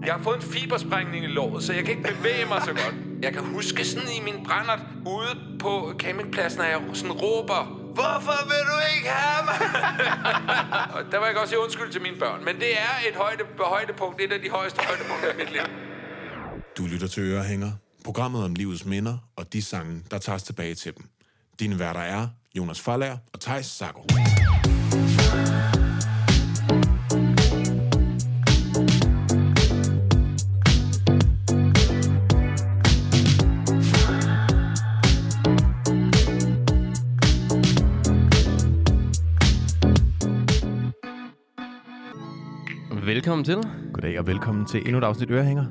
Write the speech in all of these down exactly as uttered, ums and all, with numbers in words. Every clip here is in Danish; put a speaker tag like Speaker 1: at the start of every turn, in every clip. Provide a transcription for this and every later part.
Speaker 1: Jeg har fået en fibersprængning i låret, så jeg kan ikke bevæge mig så godt. Jeg kan huske sådan i min brændert ude på campingpladsen, at jeg sådan råber, hvorfor vil du ikke have mig? Og der var jeg godt sige undskyld til mine børn, men det er et højde, højdepunkt, et af de højeste højdepunkter i mit liv.
Speaker 2: Du lytter til Ørehænger, programmet om livets minder og de sange, der tages tilbage til dem. Dine værter er Jonas Faller og Theis Sago.
Speaker 3: Velkommen til.
Speaker 4: Goddag og velkommen til endnu et afsnit Ørehænger.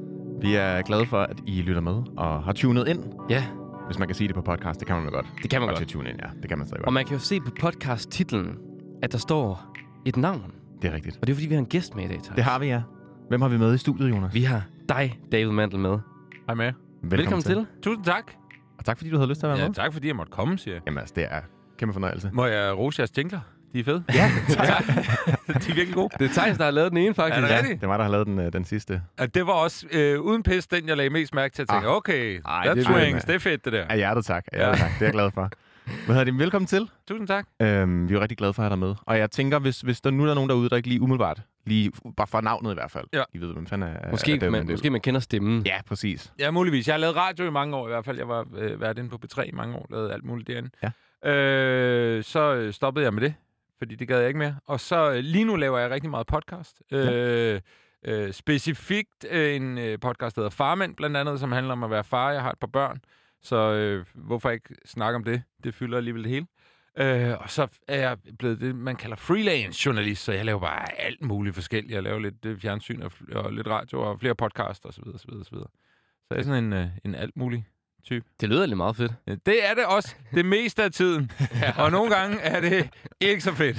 Speaker 4: Vi er glade for, at I lytter med og har tunet ind.
Speaker 3: Ja.
Speaker 4: Hvis man kan sige det på podcast, det kan man vel godt.
Speaker 3: Det kan man
Speaker 4: godt.
Speaker 3: godt.
Speaker 4: Til tune ind, ja. Det kan man stadig godt.
Speaker 3: Og man kan jo se på podcast-titlen, at der står et navn.
Speaker 4: Det er rigtigt.
Speaker 3: Og det er fordi, vi har en gæst med i dag, Theis.
Speaker 4: Det har vi, ja. Hvem har vi med i studiet, Jonas?
Speaker 3: Vi har dig, David Mandel, med.
Speaker 1: Hej med.
Speaker 4: Velkommen,
Speaker 3: Velkommen til. til.
Speaker 1: Tusind tak.
Speaker 4: Og tak fordi du havde lyst til at være
Speaker 1: Ja,
Speaker 4: med.
Speaker 1: tak fordi jeg måtte komme, siger jeg.
Speaker 4: Jamen altså, det er kæmpe fornøjelse.
Speaker 1: Må jeg rose jeres jingler? De er fede.
Speaker 4: Ja, tak.
Speaker 1: Ja. De er virkelig gode.
Speaker 3: Det er Theis, der har lavet den ene, faktisk.
Speaker 1: Er det rigtigt?
Speaker 4: Det var der har lavet den, øh, den sidste.
Speaker 1: Ja, det var også øh, uden pis, den jeg lagde mest mærke til at tænke, ah. okay,
Speaker 4: Ej,
Speaker 1: that
Speaker 4: det er
Speaker 1: swings,
Speaker 4: vildt.
Speaker 1: det er fedt det der.
Speaker 4: Af hjertet tak. Af hjertet, tak. Det er jeg glad for. Hvad hedder det? Velkommen til.
Speaker 1: Tusind tak.
Speaker 4: Øhm, vi er rigtig glade for at have dig med. Og jeg tænker, hvis, hvis der nu er der nogen derude, der ikke lige umiddelbart, lige bare fra navnet i hvert fald.
Speaker 1: Ja.
Speaker 4: I ved, hvem fanden er...
Speaker 3: Måske,
Speaker 4: er
Speaker 3: man, måske man kender stemmen.
Speaker 4: Ja, præcis.
Speaker 1: Ja, muligvis. Jeg har lavet radio i mange år i hvert fald. Jeg var øh, været inde på P tre i mange år, lavet alt muligt derinde.
Speaker 4: Ja.
Speaker 1: Øh, så øh, stoppede jeg med det, fordi det gad jeg ikke mere. Og så øh, lige nu laver jeg rigtig meget podcast. Ja. Øh, øh, specifikt øh, en øh, podcast, der hedder Farmand, blandt andet, som handler om at være far. Jeg har et par børn, så øh, hvorfor ikke snakke om det? Det fylder alligevel det hele. Øh, og så er jeg blevet det, man kalder freelance journalist, så jeg laver bare alt muligt forskelligt. Jeg laver lidt øh, fjernsyn og, og lidt radio og flere podcasts osv. osv., osv. Så jeg er sådan en, øh, en alt mulig type.
Speaker 3: Det lyder lidt meget fedt.
Speaker 1: Det er det også det meste af tiden. Ja. Og nogle gange er det ikke så fedt.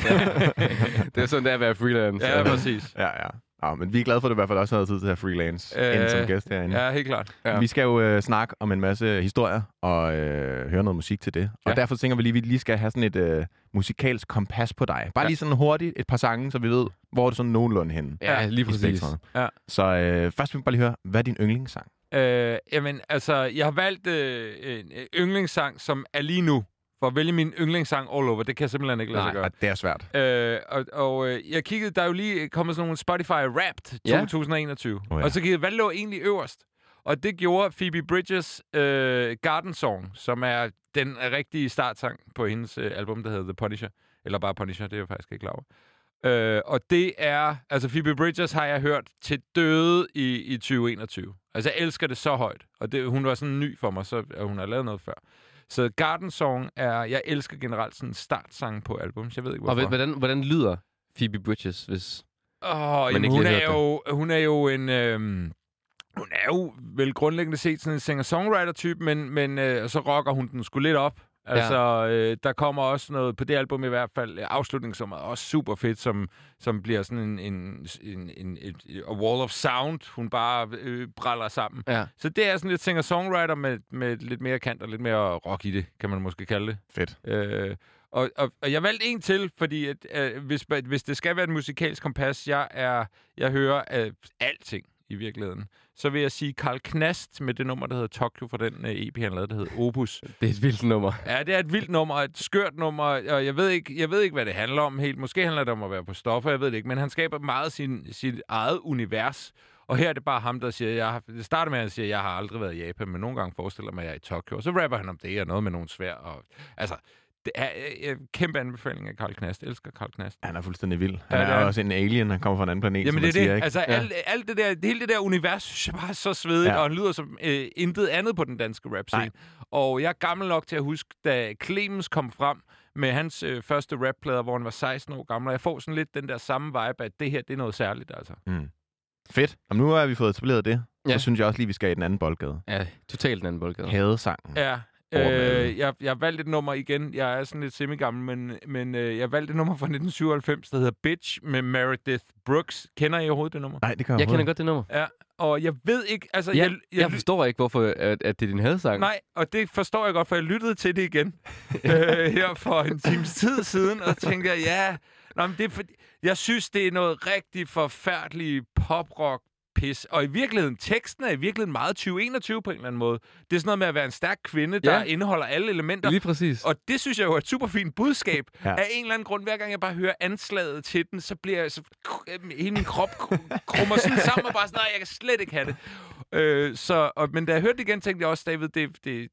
Speaker 3: Det er sådan, det er at være freelance.
Speaker 1: Ja, præcis.
Speaker 4: Ja, ja. Ja, men vi er glade for, at du i hvert fald også havde tid til at have freelance
Speaker 1: Øh,
Speaker 4: ind som gæst herinde.
Speaker 1: Ja, helt klart.
Speaker 3: Ja.
Speaker 4: Vi skal jo øh, snakke om en masse historier og øh, høre noget musik til det. Og
Speaker 1: Ja.
Speaker 4: derfor tænker vi lige, at vi lige skal have sådan et øh, musikalsk kompas på dig. Bare
Speaker 1: Ja.
Speaker 4: lige sådan hurtigt et par sange, så vi ved, hvor er det sådan nogenlunde henne.
Speaker 3: Ja, lige
Speaker 4: i
Speaker 3: præcis.
Speaker 4: spektret.
Speaker 1: Ja.
Speaker 4: Så øh, først vil vi bare lige høre, hvad er din yndlingssang?
Speaker 1: Øh, jamen, altså, jeg har valgt øh, en øh, yndlingssang, som er lige nu. For at vælge min yndlingssang all over, det kan jeg simpelthen ikke lade sig gøre.
Speaker 4: Og det er svært.
Speaker 1: Øh, og og øh, jeg kiggede, der er jo lige kommet sådan nogle Spotify Wrapped
Speaker 3: Ja.
Speaker 1: to tusind og enogtyve.
Speaker 4: Oh, ja.
Speaker 1: Og så kiggede jeg, hvad lå egentlig øverst? Og det gjorde Phoebe Bridgers øh, Garden Song, som er den rigtige startsang på hendes øh, album, der hedder The Punisher. Eller bare Punisher, det er jeg faktisk ikke klar over. Øh, og det er, altså Phoebe Bridgers har jeg hørt til døde i, i tyve enogtyve. Altså jeg elsker det så højt. Og det, hun var sådan ny for mig, så hun har lavet noget før. Så Garden Song er, jeg elsker generelt sådan startsange på albums. Jeg ved ikke hvorfor.
Speaker 3: Og hvordan, hvordan lyder Phoebe Bridgers, hvis...
Speaker 1: Åh, jamen,
Speaker 3: ikke
Speaker 1: hun,
Speaker 3: lige
Speaker 1: er
Speaker 3: hørt
Speaker 1: jo, hun er jo en... Øhm, hun er jo vel grundlæggende set sådan en singer-songwriter-type, men, men øh, så rocker hun den sgu lidt op. Altså, øh, der kommer også noget på det album i hvert fald, afslutning, som er også super fedt, som, som bliver sådan en, en, en, en et, a wall of sound, hun bare øh, bræller sammen.
Speaker 3: Ja.
Speaker 1: Så det er sådan lidt singer-songwriter med, med lidt mere kant og lidt mere rock i det, kan man måske kalde det.
Speaker 4: Fedt.
Speaker 1: Øh, og, og, og jeg valgte en til, fordi at, øh, hvis, hvis det skal være et musikalsk kompas, jeg, er, jeg hører øh, alting i virkeligheden. Så vil jeg sige Carl Knast med det nummer, der hedder Tokyo, fra den øh, E P, han lavede, der hedder Opus.
Speaker 3: Det er et vildt nummer.
Speaker 1: Ja, det er et vildt nummer, et skørt nummer, og jeg ved ikke, jeg ved ikke hvad det handler om helt. Måske handler det om at være på stoffer, jeg ved det ikke, men han skaber meget sin, sit eget univers. Og her er det bare ham, der siger, jeg har, det starter med, at han siger, jeg har aldrig været i Japan, men nogle gange forestiller mig, at jeg er i Tokyo. Og så rapper han om det, og noget med nogle svær. Og, altså, det er en kæmpe anbefaling af Carl Knast. Jeg elsker Carl Knast.
Speaker 4: Han er fuldstændig vild. Han
Speaker 1: Ja,
Speaker 4: er
Speaker 1: det er.
Speaker 4: også en alien, han kommer fra en anden planet,
Speaker 1: Jamen
Speaker 4: som
Speaker 1: det er
Speaker 4: man siger,
Speaker 1: det.
Speaker 4: ikke?
Speaker 1: Altså,
Speaker 3: Ja.
Speaker 1: alt, alt det der, hele det der univers, synes jeg bare er så svedigt,
Speaker 4: Ja.
Speaker 1: og han lyder som øh, intet andet på den danske rap-scene.
Speaker 4: Nej.
Speaker 1: Og jeg er gammel nok til at huske, da Clemens kom frem med hans øh, første rapplader, hvor han var seksten år gammel, og jeg får sådan lidt den der samme vibe, at det her, det er noget særligt, altså.
Speaker 4: Mm. Fedt. Og nu har vi fået etableret det.
Speaker 3: Ja.
Speaker 4: Så synes jeg også lige, vi skal i den anden boldgade.
Speaker 3: Ja, totalt den anden boldgade.
Speaker 4: Hadesangen.
Speaker 1: Ja.
Speaker 4: Overmalet.
Speaker 1: Øh, jeg, jeg valgte et nummer igen. Jeg er sådan lidt semi-gammel, men, men øh, jeg valgte et nummer fra nitten syvoghalvfems, der hedder Bitch med Meredith Brooks. Kender I overhovedet det nummer?
Speaker 4: Nej, det kan jeg
Speaker 3: Jeg kender godt det nummer.
Speaker 1: Ja, og jeg ved ikke... Altså,
Speaker 3: Ja,
Speaker 1: jeg,
Speaker 3: jeg, jeg forstår ikke, hvorfor at, at det er din hadesang.
Speaker 1: Nej, og det forstår jeg godt, for jeg lyttede til det igen øh, her for en times tid siden, og tænkte, ja, nå, men det er for, jeg synes, det er noget rigtig forfærdeligt pop-rock pis. Og i virkeligheden, teksten er i virkeligheden meget tyve enogtyve på en eller anden måde. Det er sådan noget med at være en stærk kvinde, der
Speaker 3: Ja.
Speaker 1: indeholder alle elementer.
Speaker 3: Lige præcis.
Speaker 1: Og det synes jeg jo er et super fint budskab.
Speaker 4: Ja.
Speaker 1: Af en eller anden grund, hver gang jeg bare hører anslaget til den, så bliver jeg så... Hele min krop krummer sådan sammen og bare sådan, nej, jeg kan slet ikke have det. Øh, så, og, men da jeg hørte det igen, tænkte jeg også, David, det, det,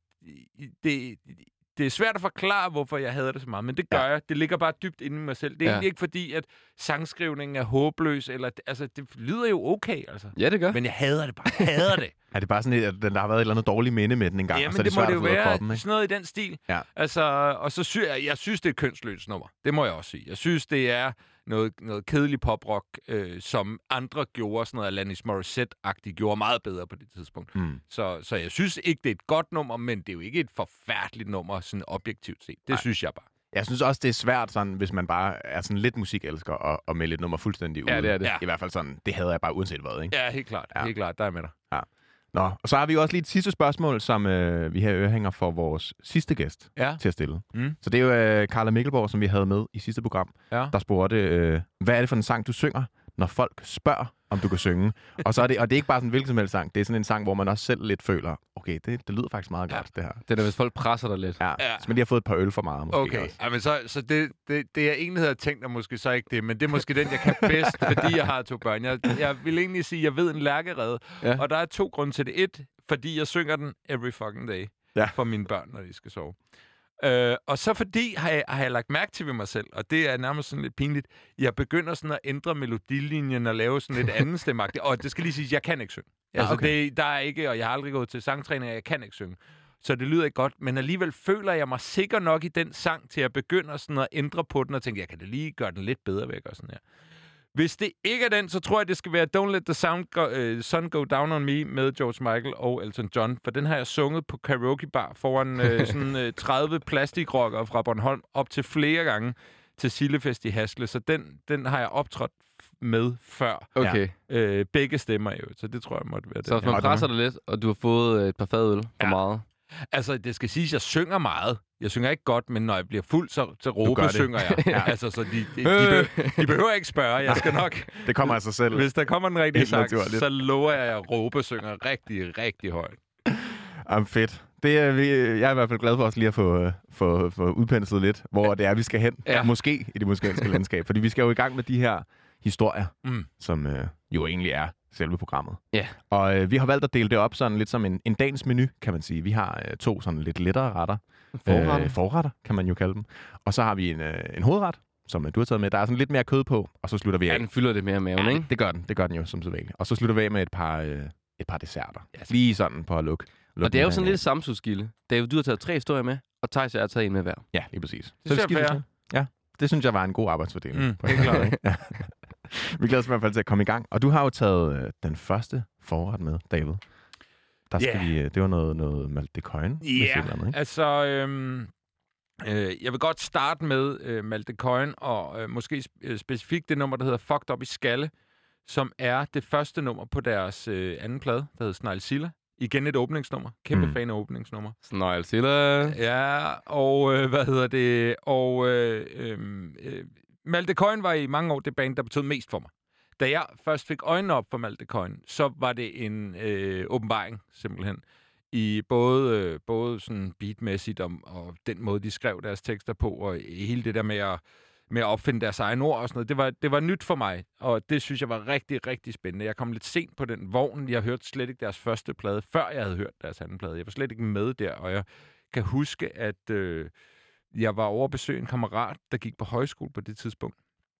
Speaker 1: det, det er svært at forklare, hvorfor jeg hader det så meget, men det gør ja. jeg. Det ligger bare dybt inde i mig selv. Det er ja. egentlig ikke fordi, at sangskrivningen er håbløs, eller altså, det lyder jo okay, altså.
Speaker 3: Ja, det gør.
Speaker 1: Men jeg hader det bare. Jeg hader det.
Speaker 4: Er det bare sådan, at der har været et eller andet dårligt minde med den en gang,
Speaker 1: Ja,
Speaker 4: og
Speaker 1: men
Speaker 4: så er det,
Speaker 1: det må
Speaker 4: svært
Speaker 1: det
Speaker 4: at
Speaker 1: jo
Speaker 4: få ud af
Speaker 1: være
Speaker 4: kroppen, ikke?
Speaker 1: sådan noget i den stil.
Speaker 4: Ja.
Speaker 1: Altså, og så synes jeg, jeg synes, det er et kønsløst nummer. Det må jeg også sige. Jeg synes, det er noget, noget kedelig poprock, øh, som andre gjorde, sådan noget Alanis Morissette-agtigt, gjorde meget bedre på det tidspunkt.
Speaker 4: Mm.
Speaker 1: Så, så jeg synes ikke, det er et godt nummer, men det er jo ikke et forfærdeligt nummer, sådan objektivt set. Det
Speaker 4: Nej.
Speaker 1: synes jeg bare.
Speaker 4: Jeg synes også, det er svært, sådan, hvis man bare er sådan lidt musikelsker og, og melde et nummer fuldstændig ud.
Speaker 3: Ja, det er det.
Speaker 4: I hvert fald sådan, det hader jeg bare uanset hvad, ikke?
Speaker 1: Ja, helt klart.
Speaker 4: Ja.
Speaker 1: Helt klart. Der er med dig.
Speaker 4: Ja. Nå, og så har vi jo også lige et sidste spørgsmål, som øh, vi har ørehænger for vores sidste gæst
Speaker 1: Ja.
Speaker 4: til at stille.
Speaker 1: Mm.
Speaker 4: Så det er jo øh, Carla Mikkelborg, som vi havde med i sidste program,
Speaker 1: Ja.
Speaker 4: der spurgte, øh, hvad er det for en sang, du synger, når folk spørger, om du kan synge? og, så er det, og det er ikke bare sådan en hvilken som helst sang. Det er sådan en sang, hvor man også selv lidt føler, okay, det, det lyder faktisk meget
Speaker 1: Ja.
Speaker 4: godt, det her.
Speaker 3: Det er da, hvis folk presser dig lidt.
Speaker 4: Ja,
Speaker 1: Ja.
Speaker 4: så man lige har fået et par øl for meget, måske
Speaker 1: Okay,
Speaker 4: også.
Speaker 1: ja, men så, så det, det, det, jeg egentlig havde tænkt, er måske så ikke det, men det er måske den, jeg kan bedst, fordi jeg har to børn. Jeg, jeg vil egentlig sige, at jeg ved en lærkerede,
Speaker 3: Ja.
Speaker 1: og der er to grunde til det. Et, fordi jeg synger den every fucking day
Speaker 4: Ja.
Speaker 1: for mine børn, når de skal sove. Øh, og så fordi har jeg, har jeg lagt mærke til ved mig selv, og det er nærmest sådan lidt pinligt, jeg begynder sådan at ændre melodilinjen og lave sådan lidt anden stemmeagtigt. Og det skal lige sige, jeg kan ikke synge. Altså,
Speaker 4: okay.
Speaker 1: det, der er ikke, og jeg har aldrig gået til sangtræning, og jeg kan ikke synge. Så det lyder ikke godt, men alligevel føler jeg mig sikker nok i den sang, til at begynde sådan at ændre på den, og tænke, jeg kan da lige gøre den lidt bedre ved at gøre sådan her. Hvis det ikke er den, så tror jeg, det skal være Don't Let the Sound go, uh, Sun Go Down on Me med George Michael og Elton John. For den har jeg sunget på karaoke bar foran uh, sådan uh, tredive plastikrockere fra Bornholm op til flere gange til Sillefest i Hasle. Så den, den har jeg optrådt med før.
Speaker 3: Okay.
Speaker 1: Uh, begge stemmer jo, så det tror jeg måtte være
Speaker 3: Så
Speaker 1: den
Speaker 3: hvis man
Speaker 1: her.
Speaker 3: presser dig lidt, og du har fået et par fadøl for
Speaker 1: Ja.
Speaker 3: meget.
Speaker 1: Altså, det skal siges, at jeg synger meget. Jeg synger ikke godt, men når jeg bliver fuld, så, så
Speaker 4: gør
Speaker 1: råbe
Speaker 4: det.
Speaker 1: synger jeg. Ja. Altså, så de, de, de, de, be, de behøver ikke spørge. Jeg skal nok...
Speaker 4: Det kommer af sig selv.
Speaker 1: Hvis der kommer en rigtig
Speaker 4: Helt
Speaker 1: sang,
Speaker 4: naturligt.
Speaker 1: så lover jeg, at jeg råbe synger rigtig, rigtig højt.
Speaker 4: Jamen fedt. Det er, vi, jeg er i hvert fald glad for også lige at få, få, få udpenslet lidt, hvor det er, vi skal hen.
Speaker 3: Ja.
Speaker 4: Måske i det musikalske landskab. Fordi vi skal jo i gang med de her historier,
Speaker 1: Mm.
Speaker 4: som øh, jo egentlig er selve programmet.
Speaker 3: Ja.
Speaker 4: Og øh, vi har valgt at dele det op sådan lidt som en, en dagens menu, kan man sige. Vi har øh, to sådan lidt lettere retter.
Speaker 3: Forretter.
Speaker 4: Øh, forretter, kan man jo kalde dem. Og så har vi en, øh, en hovedret, som øh, du har taget med. Der er sådan lidt mere kød på, og så slutter vi af.
Speaker 3: Ja, den fylder det mere i maven, ikke?
Speaker 4: Det gør den. Det gør den jo, som sædvanligt. Og så slutter vi af med et par, øh, et par desserter.
Speaker 1: Ja,
Speaker 4: Lige sådan på at lukke. lukke
Speaker 3: Og det er jo
Speaker 4: den
Speaker 3: sådan
Speaker 4: af.
Speaker 3: lidt samsudskilde. David, du har taget tre historier med, og Thijs og jeg har taget en med hver.
Speaker 4: Ja, lige præcis.
Speaker 1: Det synes jeg er fair.
Speaker 4: Ja, det synes jeg var en god arbejdsfordeling.
Speaker 1: Mm,
Speaker 4: på
Speaker 1: helt
Speaker 4: en
Speaker 1: klart.
Speaker 4: måde, ikke? Ja. Vi glæder os i hvert fald til at komme i gang. Og du har jo taget øh, den første forret med, David. Der skal
Speaker 1: Ja.
Speaker 4: vi, øh, det var noget, noget Malte de Coyne.
Speaker 1: Ja, altså... Øhm, øh, jeg vil godt starte med øh, Malte Coyne, og øh, måske sp- øh, specifikt det nummer, der hedder Fucked Up i Skalle, som er det første nummer på deres øh, anden plade, der hedder Snegl-Silla. Igen et åbningsnummer. Kæmpe
Speaker 4: Mm.
Speaker 1: mm. fan af åbningsnummer.
Speaker 3: Snøjl Silla.
Speaker 1: Ja, og øh, hvad hedder det? Og øh, øh, øh, Malte Coyne var i mange år det band, der betød mest for mig. Da jeg først fik øjnene op for Malte Coyne, så var det en øh, åbenbaring, simpelthen. I både, øh, både sådan beatmæssigt og, og den måde, de skrev deres tekster på, og hele det der med at, med at opfinde deres egen ord og sådan noget. Det var, det var nyt for mig, og det synes jeg var rigtig, rigtig spændende. Jeg kom lidt sent på den vogn. Jeg hørte slet ikke deres første plade, før jeg havde hørt deres anden plade. Jeg var slet ikke med der, og jeg kan huske, at øh, jeg var over at besøge en kammerat, der gik på højskole på det tidspunkt.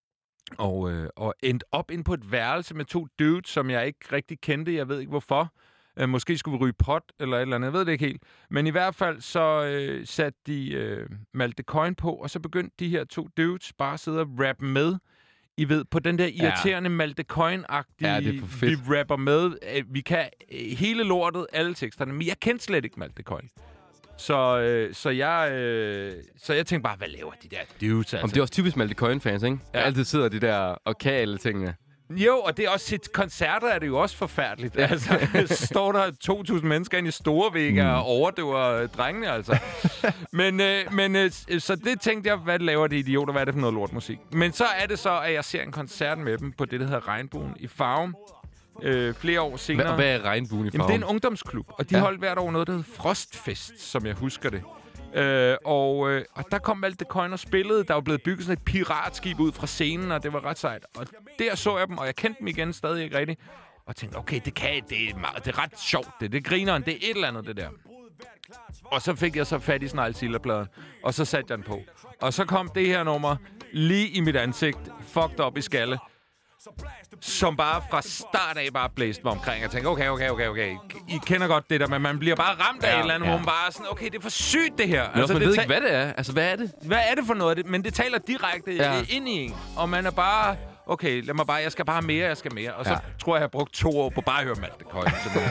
Speaker 1: Og, øh, og endte op ind på et værelse med to dudes, som jeg ikke rigtig kendte. Jeg ved ikke hvorfor. Øh, måske skulle vi ryge pot eller et eller andet. Jeg ved det ikke helt. Men i hvert fald så øh, satte de øh, Malte Coyne på, og så begyndte de her to dudes bare at sidde og rappe med. I ved, på den der irriterende ja. Malte Coyne-agtige,
Speaker 3: Ja, det er for fedt.
Speaker 1: vi rapper med. Øh, Vi kan øh, hele lortet, alle teksterne. Men jeg kendte slet ikke Malte Coyne. Så, øh, så, jeg, øh, så jeg tænkte bare, hvad laver de der dudes? Altså?
Speaker 3: Om det er også typisk Malte Coyne-fans, ikke? Der
Speaker 1: Ja.
Speaker 3: altid sidder de der og kan alle tingene.
Speaker 1: Jo, og det er også til koncerter er det jo også forfærdeligt. Altså, står der to tusind mennesker ind i store vægge og overdøver øh, drengene, altså. Men, øh, men øh, så det tænkte jeg, hvad laver de idioter? Hvad er det for noget lortmusik? Men så er det så, at jeg ser en koncert med dem på det, der hedder Regnbuen i Farum. øh, flere år senere.
Speaker 3: Hvad, hvad er regnbuen i farven?
Speaker 1: Jamen, det er en ungdomsklub, og de
Speaker 3: Ja.
Speaker 1: ja. holdt hvert år noget, der hed Frostfest, som jeg husker det. Øh, og, øh, og der kom Malte Coyne og spillede. Der var blevet bygget sådan et piratskib ud fra scenen, og det var ret sejt. Og der så jeg dem, og jeg kendte dem igen stadig ikke rigtigt. Og tænkte, okay, det kan det er, meget, det er ret sjovt. Det, det griner det er et eller andet, det der. Og så fik jeg så fat i Snegl-Silderpladen, og så satte jeg den på. Og så kom det her nummer lige i mit ansigt, fucked op i skalle, som bare fra start af bare blæste mig omkring. Jeg tænkte, okay, okay, okay, okay. I kender godt det der, men man bliver bare ramt af ja, et eller andet, ja. hvor man bare er sådan, okay, det er for sygt det her.
Speaker 3: Men altså, man
Speaker 1: det
Speaker 3: ved
Speaker 1: ta-
Speaker 3: ikke, hvad det er. Altså, hvad er det?
Speaker 1: Hvad er det for noget af det? Men det taler direkte
Speaker 3: ja.
Speaker 1: ind i en. Og man er bare, okay, lad mig bare, jeg skal bare have mere, jeg skal mere. Og så ja. tror jeg, jeg har brugt to år på bare at høre Malte Coyne.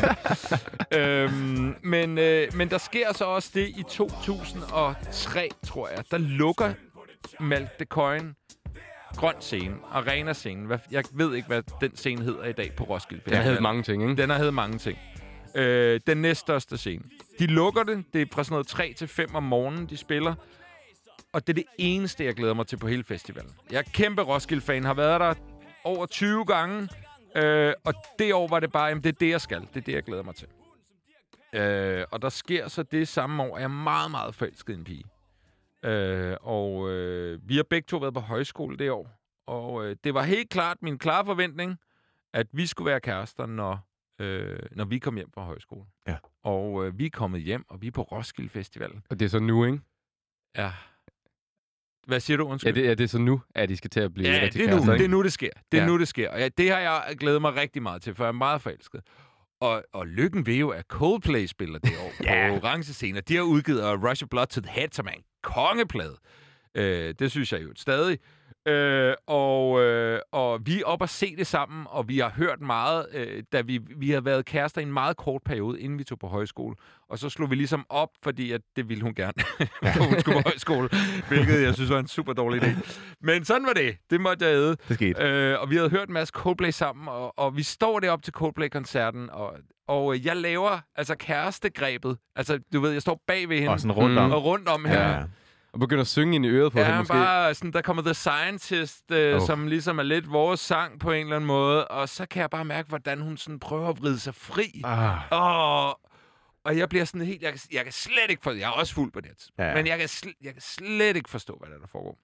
Speaker 1: øhm, men, øh, men der sker så også det i to tusind og tre, tror jeg. Der lukker Malte Coyne Grøn Scene, Arena Scene. Jeg ved ikke, hvad den scene hedder i dag på Roskilde.
Speaker 3: Den har heddet mange ting, ikke?
Speaker 1: Den har heddet mange ting. Øh, den næststørste scene. De lukker det. Det er fra sådan noget tre til fem om morgenen, de spiller. Og det er det eneste, jeg glæder mig til på hele festivalen. Jeg er kæmpe Roskilde-fan. Har været der over tyve gange. Øh, og det år var det bare, jamen det er det, jeg skal. Det er det, jeg glæder mig til. Øh, og der sker så det samme år, at jeg er meget, meget forelsket i en pige. Øh, og øh, vi har begge to været på højskole det år. Og øh, det var helt klart min klare forventning, at vi skulle være kærester, når, øh, når vi kom hjem fra højskole.
Speaker 4: Ja.
Speaker 1: Og øh, vi er kommet hjem, og vi er på Roskilde Festivalen.
Speaker 3: Og det er så nu, ikke?
Speaker 1: Ja. Hvad siger du, undskyld?
Speaker 3: Ja, det, ja, det er så nu, at de skal til at blive
Speaker 1: ja,
Speaker 3: rigtig
Speaker 1: det er nu,
Speaker 3: kærester,
Speaker 1: det er nu, det sker. Det er
Speaker 3: ja.
Speaker 1: nu, det sker. Og ja, det har jeg glædet mig rigtig meget til, for jeg er meget forelsket. Og, og lykken ved jo, at Coldplay spiller det år ja. på orange scener. De har udgivet Rush of Blood to the Head, som er en kongeplade. Øh, det synes jeg jo stadig. Øh, og, øh, og vi er op og se det sammen, og vi har hørt meget, øh, da vi, vi har været kærester i en meget kort periode, inden vi tog på højskole. Og så slog vi ligesom op, fordi at det ville hun gerne, for hun skulle på højskole, hvilket jeg synes var en super dårlig idé. Men sådan var det. Det måtte jeg æde.
Speaker 4: Det skete.
Speaker 1: Øh, og vi havde hørt en masse Coldplay sammen, og, og vi står deroppe til Coldplay-koncerten, og, og jeg laver altså kærestegrebet. Altså, du ved, jeg står bag ved hende.
Speaker 4: Og sådan rundt om.
Speaker 1: Og rundt om hende.
Speaker 4: Ja.
Speaker 3: Og begynder at synge ind i øret på
Speaker 1: ja,
Speaker 3: hende, måske.
Speaker 1: bare sådan, der kommer The Scientist, øh,
Speaker 4: oh.
Speaker 1: som ligesom er lidt vores sang på en eller anden måde, og så kan jeg bare mærke, hvordan hun sådan prøver at vride sig fri.
Speaker 4: Ah.
Speaker 1: Og, og jeg bliver sådan helt, jeg kan, jeg kan slet ikke forstå, jeg er også fuld på det tidspunkt,
Speaker 4: ja.
Speaker 1: men jeg kan, sl- jeg kan slet ikke forstå, hvad der, der foregår.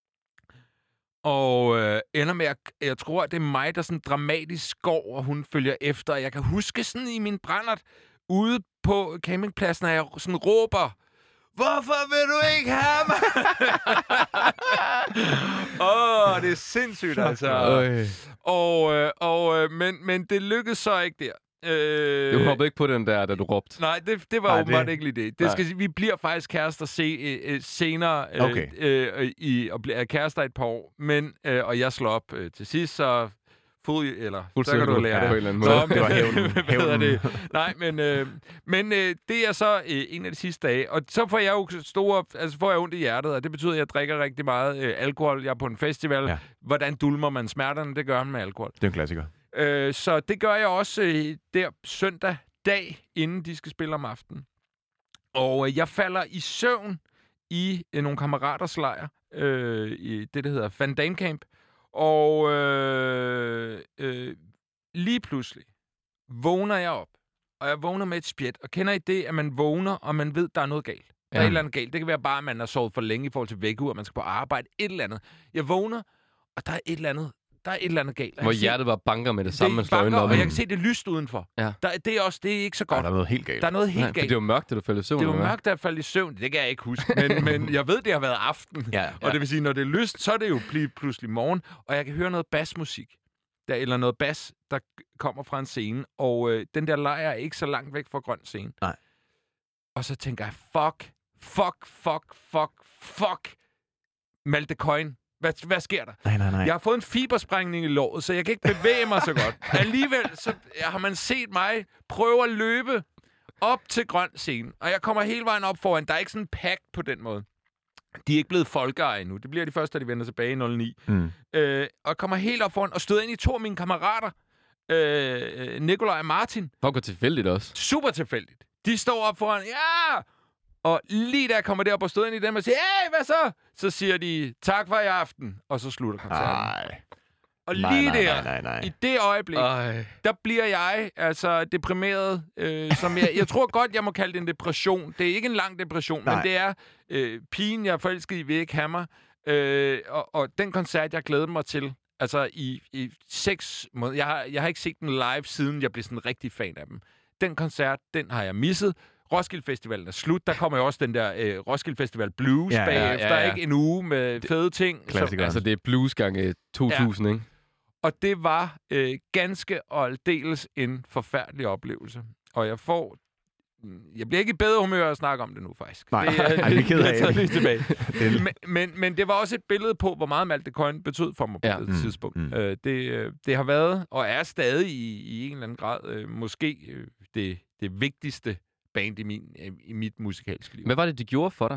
Speaker 1: Og øh, ender med, at jeg tror, at det er mig, der sådan dramatisk går, og hun følger efter. Jeg kan huske sådan i min brændert ude på campingpladsen, at jeg sådan råber, hvorfor vil du ikke have mig? Åh, oh, det er sindssygt, altså.
Speaker 3: Øj.
Speaker 1: Og, øh, og, øh, men, men det lykkedes så ikke der. Øh,
Speaker 3: Du hoppede ikke på den der, da du råbte.
Speaker 1: Nej, det, det var
Speaker 4: nej,
Speaker 1: åbenbart
Speaker 4: det...
Speaker 1: ikke lige det. det skal, sige, vi bliver faktisk kærester se, øh, senere øh,
Speaker 4: okay.
Speaker 1: øh, i, og bliver kærester et par år. Men, øh, og jeg slår op øh, til sidst, så... Fuld, eller så kan du lære
Speaker 3: ja,
Speaker 1: det.
Speaker 3: på en eller anden måde.
Speaker 1: Nå,
Speaker 4: det var hævnen.
Speaker 1: Hvad hedder det? Nej, men, øh, men øh, det er så øh, en af de sidste dage. Og så får jeg jo store, altså får jeg ondt i hjertet, og det betyder, at jeg drikker rigtig meget øh, alkohol. Jeg er på en festival. Ja. Hvordan dulmer man smerterne? Det gør man med alkohol.
Speaker 4: Det er en klassiker.
Speaker 1: Øh, så det gør jeg også øh, der søndag dag, inden de skal spille om aftenen. Og øh, jeg falder i søvn i øh, nogle kammeraters lejr, øh, i det, der hedder Van Damme Camp. Og øh, øh, lige pludselig vågner jeg op, og jeg vågner med et spjæt. Og kender I det, at man vågner, og man ved, der er noget galt? Der er
Speaker 3: ja.
Speaker 1: et eller andet galt. Det kan være bare, at man har sovet for længe i forhold til vækkeur, og man skal på arbejde. Et eller andet. Jeg vågner, og der er et eller andet, der er et eller andet galt.
Speaker 3: Hvor hjertet bare banker med det samme, man
Speaker 1: det
Speaker 3: slår
Speaker 1: banker,
Speaker 3: ind op.
Speaker 1: og jeg kan se, det er lyst udenfor.
Speaker 3: Ja.
Speaker 1: Der, det er også, det er ikke så godt.
Speaker 4: Ja, der er noget helt galt.
Speaker 1: Der er noget helt
Speaker 3: Nej,
Speaker 1: galt.
Speaker 3: det var mørkt, da du faldt i søvn.
Speaker 1: Det var
Speaker 3: eller hvad?
Speaker 1: mørkt, da jeg faldt i søvn. Det kan jeg ikke huske. Men, men jeg ved, det har været aften.
Speaker 4: Ja, ja.
Speaker 1: Og det vil sige, når det er lyst, så er det jo pl- pludselig morgen. Og jeg kan høre noget basmusik. Der, eller noget bas, der kommer fra en scene. Og øh, den der lejr er ikke så langt væk fra grøn scene.
Speaker 4: Nej.
Speaker 1: Og så tænker jeg, fuck, fuck, fuck, fuck, fuck. Malte Coyne. Hvad, hvad sker der?
Speaker 4: Nej, nej, nej.
Speaker 1: Jeg har fået en fibersprængning i låret, så jeg kan ikke bevæge mig så godt. Alligevel så har man set mig prøve at løbe op til grøn scene. Og jeg kommer hele vejen op foran. Der er ikke sådan en pack på den måde. De er ikke blevet folkeeje endnu. Det bliver de første, da de vender tilbage i nul ni.
Speaker 4: Mm.
Speaker 1: Øh, og kommer helt op foran og støder ind i to af mine kammerater. Øh, Nikolaj og Martin.
Speaker 3: Fuck, hvor tilfældigt også.
Speaker 1: Super tilfældigt. De står op foran. Ja! Og lige da jeg kommer derop og støder ind i dem og siger, hey, hvad så? Så siger de, tak for i aften. Og så slutter koncerten.
Speaker 4: Nej.
Speaker 1: Og
Speaker 4: Nej,
Speaker 1: lige
Speaker 4: nej,
Speaker 1: der,
Speaker 4: nej, nej, nej.
Speaker 1: i det øjeblik,
Speaker 3: Ej.
Speaker 1: der bliver jeg altså deprimeret. Øh, som jeg, jeg tror godt, jeg må kalde det en depression. Det er ikke en lang depression,
Speaker 4: Nej.
Speaker 1: men det er øh, pigen, jeg er forelsket i, vil ikke have mig. Øh, og, og den koncert, jeg glædede mig til, altså i, i seks måneder. Jeg har, jeg har ikke set den live, siden jeg blev sådan en rigtig fan af dem. Den koncert, den har jeg misset. Roskilde Festivalen er slut. Der kommer jo også den der øh, Roskilde Festival Blues
Speaker 4: Ja, ja,
Speaker 1: bagefter.
Speaker 3: ja, ja.
Speaker 1: Ikke en uge med fede ting.
Speaker 4: Klassikeren.
Speaker 3: Altså, det er blues gange to tusind, ja. Ikke?
Speaker 1: Og det var øh, ganske og aldeles en forfærdelig oplevelse. Og jeg får... Jeg bliver ikke i bedre humør at snakke om det nu, faktisk.
Speaker 4: Nej,
Speaker 1: det, øh,
Speaker 4: Ej, vi er ked af
Speaker 1: det.
Speaker 4: det.
Speaker 1: Tilbage. men, men, men det var også et billede på, hvor meget Malte Coyne betød for mig på
Speaker 3: Ja.
Speaker 1: det
Speaker 4: Mm,
Speaker 1: tidspunkt.
Speaker 4: mm.
Speaker 1: Øh, det, øh, det har været, og er stadig i, i en eller anden grad, øh, måske øh, det, det vigtigste band i, min, i mit musikalske liv.
Speaker 3: Hvad var det, de gjorde for dig?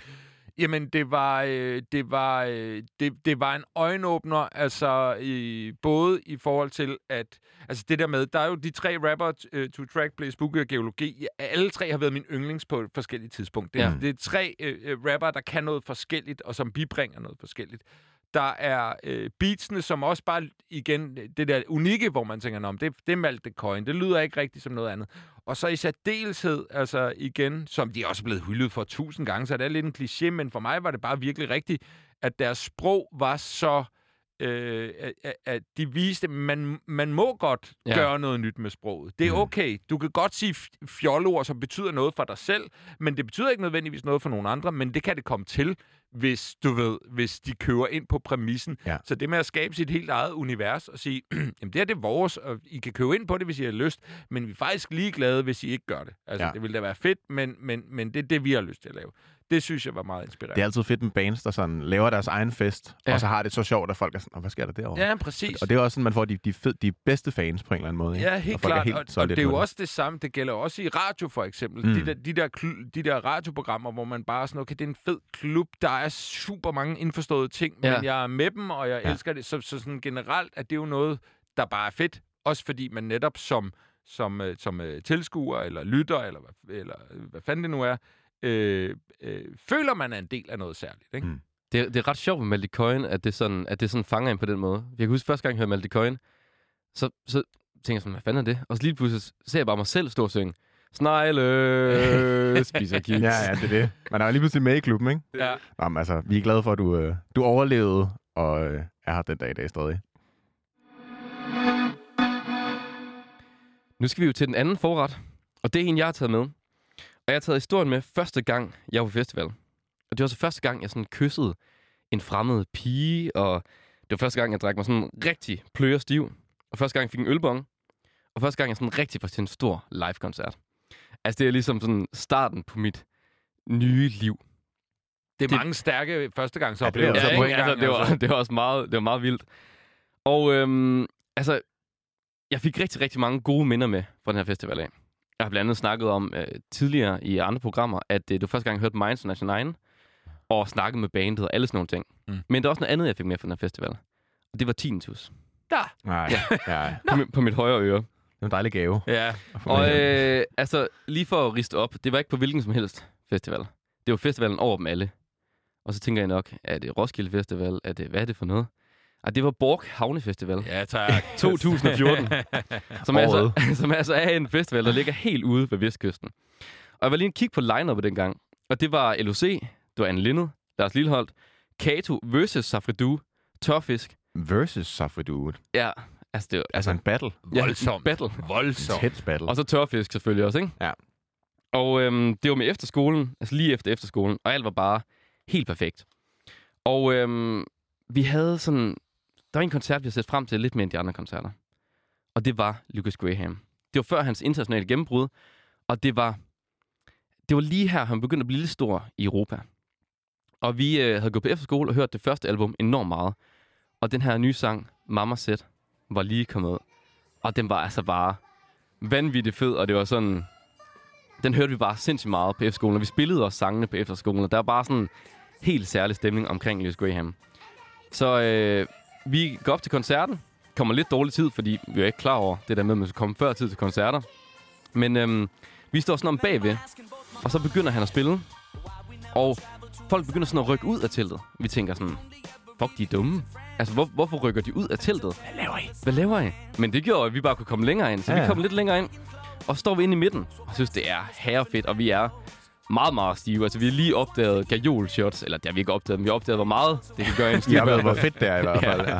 Speaker 1: Jamen, det var, øh, det var, øh, det, det var en øjenåbner, altså i, både i forhold til, at altså det der med, der er jo de tre rapper, uh, To Track, Blaze Boogie og Geologi, alle tre har været min yndlings på et forskelligt tidspunkt. Det er,
Speaker 3: Ja.
Speaker 1: det er tre øh, rapper, der kan noget forskelligt, og som bibringer noget forskelligt. Der er øh, beatsene, som også bare, igen, det der unikke, hvor man tænker, om det, det er Malte Coyne, det lyder ikke rigtigt som noget andet. Og så i særdeleshed, altså igen, som de er også blevet hyldet for tusind gange, så det er lidt en kliché, men for mig var det bare virkelig rigtigt, at deres sprog var så, øh, at, at de viste, man, man må godt
Speaker 3: Ja.
Speaker 1: gøre noget nyt med sproget. Det er okay. Du kan godt sige f- fjolleord, som betyder noget for dig selv, men det betyder ikke nødvendigvis noget for nogen andre, men det kan det komme til, hvis du ved, hvis de kører ind på præmissen.
Speaker 4: Ja.
Speaker 1: Så det med at skabe sit helt eget univers og sige, jamen det her det er vores, og I kan købe ind på det, hvis I har lyst, men vi er faktisk ligeglade, hvis I ikke gør det. Altså,
Speaker 4: Ja.
Speaker 1: det ville da være fedt, men, men, men det er det, vi har lyst til at lave. Det synes jeg var meget inspirerende.
Speaker 4: Det er altid fedt med bands, der sådan laver deres egen fest,
Speaker 3: Ja.
Speaker 4: og så har det så sjovt, at folk er sådan, "Åh, hvad sker der derovre?"
Speaker 1: Ja, præcis.
Speaker 4: Og det er også sådan, man får de, de, fed, de bedste fans på en eller anden måde. Ikke?
Speaker 1: Ja, helt
Speaker 4: og folk
Speaker 1: klart.
Speaker 4: Er helt
Speaker 1: og, og
Speaker 4: solgt
Speaker 1: det er jo
Speaker 4: på
Speaker 1: også det samme. Det gælder også i radio, for eksempel.
Speaker 4: Mm.
Speaker 1: De, der, de, der, kl- de der radioprogrammer, hvor man bare er sådan, okay, det er en fed klub. Der er super mange indforståede ting,
Speaker 3: Ja.
Speaker 1: men jeg er med dem, og jeg
Speaker 4: Ja.
Speaker 1: elsker det. Så, så sådan generelt er det jo noget, der bare er fedt. Også fordi man netop som, som, øh, som øh, tilskuer, eller lytter, eller, hvad- eller øh, hvad fanden det nu er, øh, øh, føler man er en del af noget særligt. Ikke?
Speaker 4: Mm.
Speaker 3: Det, det er ret sjovt med Malte Coyne, at det sådan, at det sådan fanger en på den måde. Jeg kan huske, første gang jeg hørte Malte Coyne, så, så tænker jeg sådan, hvad fanden er det? Og så lige pludselig ser jeg bare mig selv stå og synge, snegle, spiser kiks.
Speaker 4: Ja, ja, det er det. Man er jo lige pludselig med i klubben, ikke?
Speaker 1: Ja.
Speaker 4: Nå, men altså, vi er glade for, at du, øh, du overlevede, og øh, er her den dag i dag stadig.
Speaker 3: Nu skal vi jo til den anden forret, og det er en, jeg har taget med. Og jeg har taget historien med første gang, jeg var på festival. Og det var så første gang, jeg sådan kyssede en fremmed pige, og det var første gang, jeg drak mig sådan rigtig pløjerstiv. Og første gang, jeg fik en ølbong. Og første gang, jeg sådan rigtig var til en stor live-koncert. Altså, det er ligesom sådan starten på mit nye liv.
Speaker 1: Det er
Speaker 3: Det-
Speaker 1: mange stærke førstegangsoplevelser
Speaker 4: Ja, det er
Speaker 1: på
Speaker 3: ikke?
Speaker 1: en gang.
Speaker 3: Altså, det, var,
Speaker 1: altså.
Speaker 3: det var også meget, det var meget vildt. Og øhm, altså, jeg fik rigtig, rigtig mange gode minder med fra den her festival af. Jeg har blandt andet snakket om øh, tidligere i andre programmer, at øh, det var første gang, jeg hørte Minds to ninety-nine, og snakket med bandet og alle sådan nogle ting.
Speaker 1: Mm.
Speaker 3: Men der er også noget andet, jeg fik med fra den her festival. Og det var tinnitus.
Speaker 1: Der.
Speaker 4: Nej, ja.
Speaker 3: På, mit, på mit højre øre.
Speaker 4: Det er en dejlig gave.
Speaker 1: Ja.
Speaker 4: at få
Speaker 3: Og
Speaker 4: med.
Speaker 3: øh, altså, lige for at riste op, det var ikke på hvilken som helst festival. Det var festivalen over dem alle. Og så tænker jeg nok, er det Roskilde Festival? Er det, hvad er det for noget? Og det var Borg Havnefestival
Speaker 1: Ja, tak.
Speaker 3: to tusind og fjorten, som, altså,
Speaker 4: Året.
Speaker 3: som altså er en festival, der ligger helt ude ved Vestkysten. Og jeg var lige en kig på line-up'et dengang, og det var L O C, det var Anne Linnet, Lars Lilholt, Kato versus Safridu, Tørfisk.
Speaker 4: Versus Safridu.
Speaker 3: Ja, altså det var
Speaker 4: Altså en battle.
Speaker 3: ja,
Speaker 1: Voldsomt.
Speaker 3: battle.
Speaker 1: Voldsomt.
Speaker 4: Tæt battle.
Speaker 3: Og så Tørfisk selvfølgelig også, ikke?
Speaker 4: Ja.
Speaker 3: Og øhm, det var med efterskolen, altså lige efter efterskolen, og alt var bare helt perfekt. Og øhm, vi havde sådan... Der var en koncert, vi havde set frem til lidt mere end de andre koncerter. Og det var Lucas Graham. Det var før hans internationale gennembrud, og det var, det var lige her, han begyndte at blive lidt stor i Europa. Og vi øh, havde gået på efterskole og hørt det første album enormt meget. Og den her nye sang, Mama Said, var lige kommet ud. Og den var altså bare vanvittigt fed, og det var sådan... Den hørte vi bare sindssygt meget på efterskolen, og vi spillede også sangene på efterskolen, og der var bare sådan en helt særlig stemning omkring Lucas Graham. Så øh, vi går op til koncerten, kommer lidt dårlig tid, fordi vi er ikke klar over det der med, at man skal komme før tid til koncerter. Men øh, vi står sådan om bagved, og så begynder han at spille, og folk begynder sådan at rykke ud af teltet. Vi tænker sådan, fuck, de er dumme. Altså, hvor, hvorfor rykker de ud af teltet?
Speaker 4: Hvad laver I?
Speaker 3: Hvad laver I? Men det gjorde, at vi bare kunne komme længere ind. Så ja, ja. vi kom lidt længere ind. Og så står vi inde i midten. Og jeg synes, det er herrefedt. Og vi er meget, meget stive. Altså, vi har lige opdaget gajol-shots. Eller det har vi ikke opdaget, men vi har opdaget, hvor meget det kan gøre en stiv.
Speaker 4: Jeg ved, hvor fedt det er i hvert fald. Ja.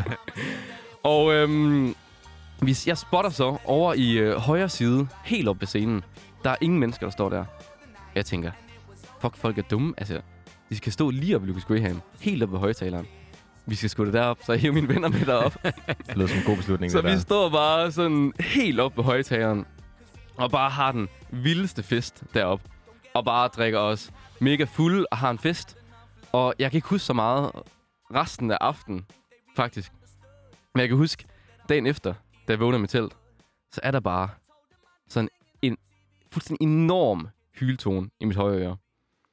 Speaker 3: Og øhm, hvis jeg spotter så over i øh, højre side, helt op ved scenen. Der er ingen mennesker, der står der. Jeg tænker, fuck, folk er dumme. Altså, de skal stå lige op ved Lucas Graham. Helt op ved højtaleren. Vi skal sgu det derop, så jeg hiver mine venner med derop.
Speaker 4: Det lyder som en god beslutning.
Speaker 3: Så
Speaker 4: det
Speaker 3: vi
Speaker 4: der.
Speaker 3: står bare sådan helt op ved højtaleren. Og bare har den vildeste fest derop. Og bare drikker os mega fulde og har en fest. Og jeg kan ikke huske så meget resten af aftenen, faktisk. Men jeg kan huske, dagen efter, da jeg vågner med telt, så er der bare sådan en fuldstændig enorm hyletone i mit højre øre.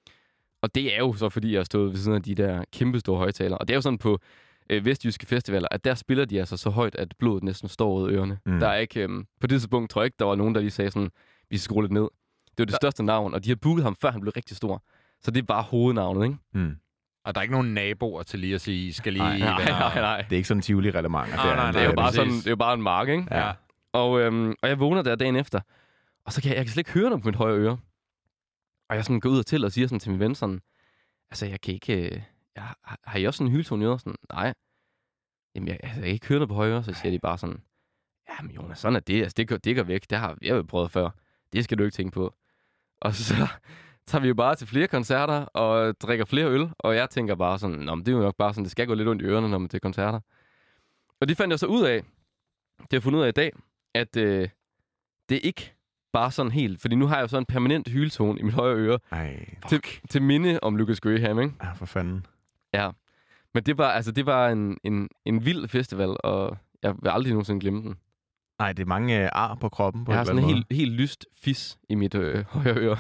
Speaker 3: Og det er jo så, fordi jeg har stået ved siden af de der kæmpe store højtalere. Og det er jo sådan på øh, vestjyske festivaler, at der spiller de altså så højt, at blodet næsten står ud af ørerne. Mm. Der er ikke, øh, på det tidspunkt tror jeg ikke, der var nogen, der lige sagde sådan, vi skal skrue lidt ned. Det var det der... største navn, og de har booket ham, før han blev rigtig stor. Så det er bare hovednavnet, ikke?
Speaker 4: Mm.
Speaker 1: Og der er ikke nogen naboer til lige at sige, I skal lige...
Speaker 3: Nej, nej, nej, nej.
Speaker 4: Det er ikke sådan en Tivoli-reglement.
Speaker 1: Nej, nej, nej,
Speaker 3: det er jo bare sådan, det er jo bare en mark, ikke?
Speaker 4: Ja.
Speaker 3: Og, øhm, og jeg vågner der dagen efter, og så kan jeg, jeg kan slet ikke høre noget på mit højre øre. Og jeg sådan går ud og til og siger sådan til min ven sådan, altså jeg kan ikke... Øh, jeg, har, har I også sådan en hyletone i øret? Sådan, nej. Jamen jeg, altså, jeg kan ikke høre noget på højre øre, så siger de bare sådan, jamen Jonas, sådan er det, altså det går, det går væk, det har jeg jo prøvet før. Det skal du ikke tænke på. Og så tager vi jo bare til flere koncerter og drikker flere øl, og jeg tænker bare sådan, nå, men det er jo nok bare sådan, det skal gå lidt ondt i ørerne, når man er til koncerter. Og det fandt jeg så ud af, det har jeg fundet ud af i dag, at øh, det er ikke bare sådan helt, fordi nu har jeg jo sådan en permanent hyletone i mit højre øre,
Speaker 4: Ej,
Speaker 3: til, til minde om Lucas Graham, ikke?
Speaker 4: ja, for fanden.
Speaker 3: Ja, men det var, altså, det var en, en, en vild festival, og jeg vil aldrig nogensinde glemme den.
Speaker 4: Nej, det er mange øh, ar på kroppen på
Speaker 3: Jeg
Speaker 4: en
Speaker 3: har
Speaker 4: eller
Speaker 3: sådan en
Speaker 4: anden
Speaker 3: helt, helt lyst fis i mit øh, højre øre.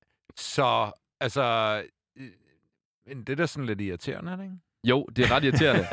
Speaker 1: Så, altså... øh, Men det er da sådan lidt irriterende, er det ikke?
Speaker 3: Jo, det er ret irriterende.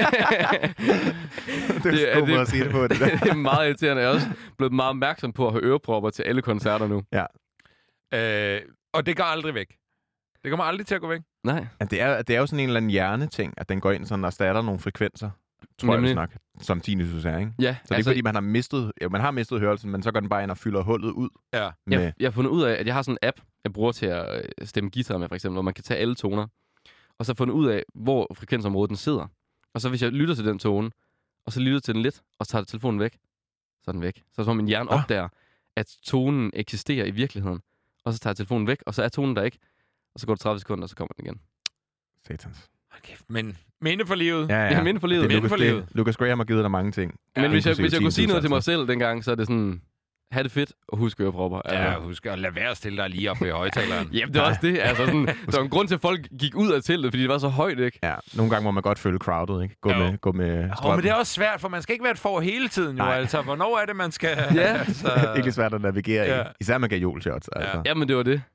Speaker 4: det er en god måde at sige det på, det der.
Speaker 3: Det er meget irriterende. Jeg er også blevet meget opmærksom på at have ørepropper til alle koncerter nu.
Speaker 4: Ja.
Speaker 1: Øh, og det går aldrig væk. Det kommer aldrig til at gå væk.
Speaker 3: Nej.
Speaker 4: Ja, det, er, det er jo sådan en eller anden hjerneting, at den går ind sådan og erstatter nogle frekvenser, tror
Speaker 3: Nemlig.
Speaker 4: jeg nok, som tinnitus er, ikke?
Speaker 3: Ja,
Speaker 4: Så det er altså, ikke fordi, man har mistet, ja, man har mistet hørelsen, men så går den bare ind og fylder hullet ud.
Speaker 1: Ja.
Speaker 4: Med...
Speaker 3: Jeg, jeg har fundet ud af, at jeg har sådan en app, jeg bruger til at øh, stemme guitar med, for eksempel, hvor man kan tage alle toner. Og så fundet ud af, hvor frekvensområdet den sidder. Og så hvis jeg lytter til den tone, og så lytter til den lidt, og så tager telefonen væk, så er den væk. Så er min hjerne
Speaker 4: ah.
Speaker 3: opdager, at tonen eksisterer i virkeligheden. Og så tager jeg telefonen væk, og så er tonen der ikke. Og så går det tredive sekunder, og så kommer den igen.
Speaker 4: Satans.
Speaker 1: Okay, men minde for livet.
Speaker 4: Ja, ja.
Speaker 3: Ja, minde for livet.
Speaker 4: Det er
Speaker 1: Minde for
Speaker 4: Lucas,
Speaker 1: livet.
Speaker 4: det, Lucas Graham har givet dig mange ting.
Speaker 3: Men
Speaker 4: Ja,
Speaker 3: hvis jeg, hvis jeg kunne sige noget til mig
Speaker 4: altså.
Speaker 3: selv dengang, så er det sådan, have det fedt, og husk ørepropper.
Speaker 1: Ja,
Speaker 3: Altså.
Speaker 1: husk at lade være stille dig lige op ved højtaleren.
Speaker 3: Jamen, det er også det. Altså, sådan, der var en grund til, at folk gik ud af teltet, fordi det var så højt, ikke?
Speaker 4: Ja, nogle gange må man godt følge crowded, ikke? Gå
Speaker 1: Jo.
Speaker 4: med, gå med
Speaker 1: Åh,
Speaker 4: strømmen.
Speaker 1: men det er også svært, for man skal ikke være et for hele tiden, jo.
Speaker 4: Nej.
Speaker 1: Altså, hvornår er det, man skal...
Speaker 3: Ja.
Speaker 1: altså...
Speaker 4: Det er virkelig svært at navigere
Speaker 1: Ja.
Speaker 4: i. Især med gajol-shots, altså.
Speaker 1: Ja.
Speaker 3: Jamen, det var det.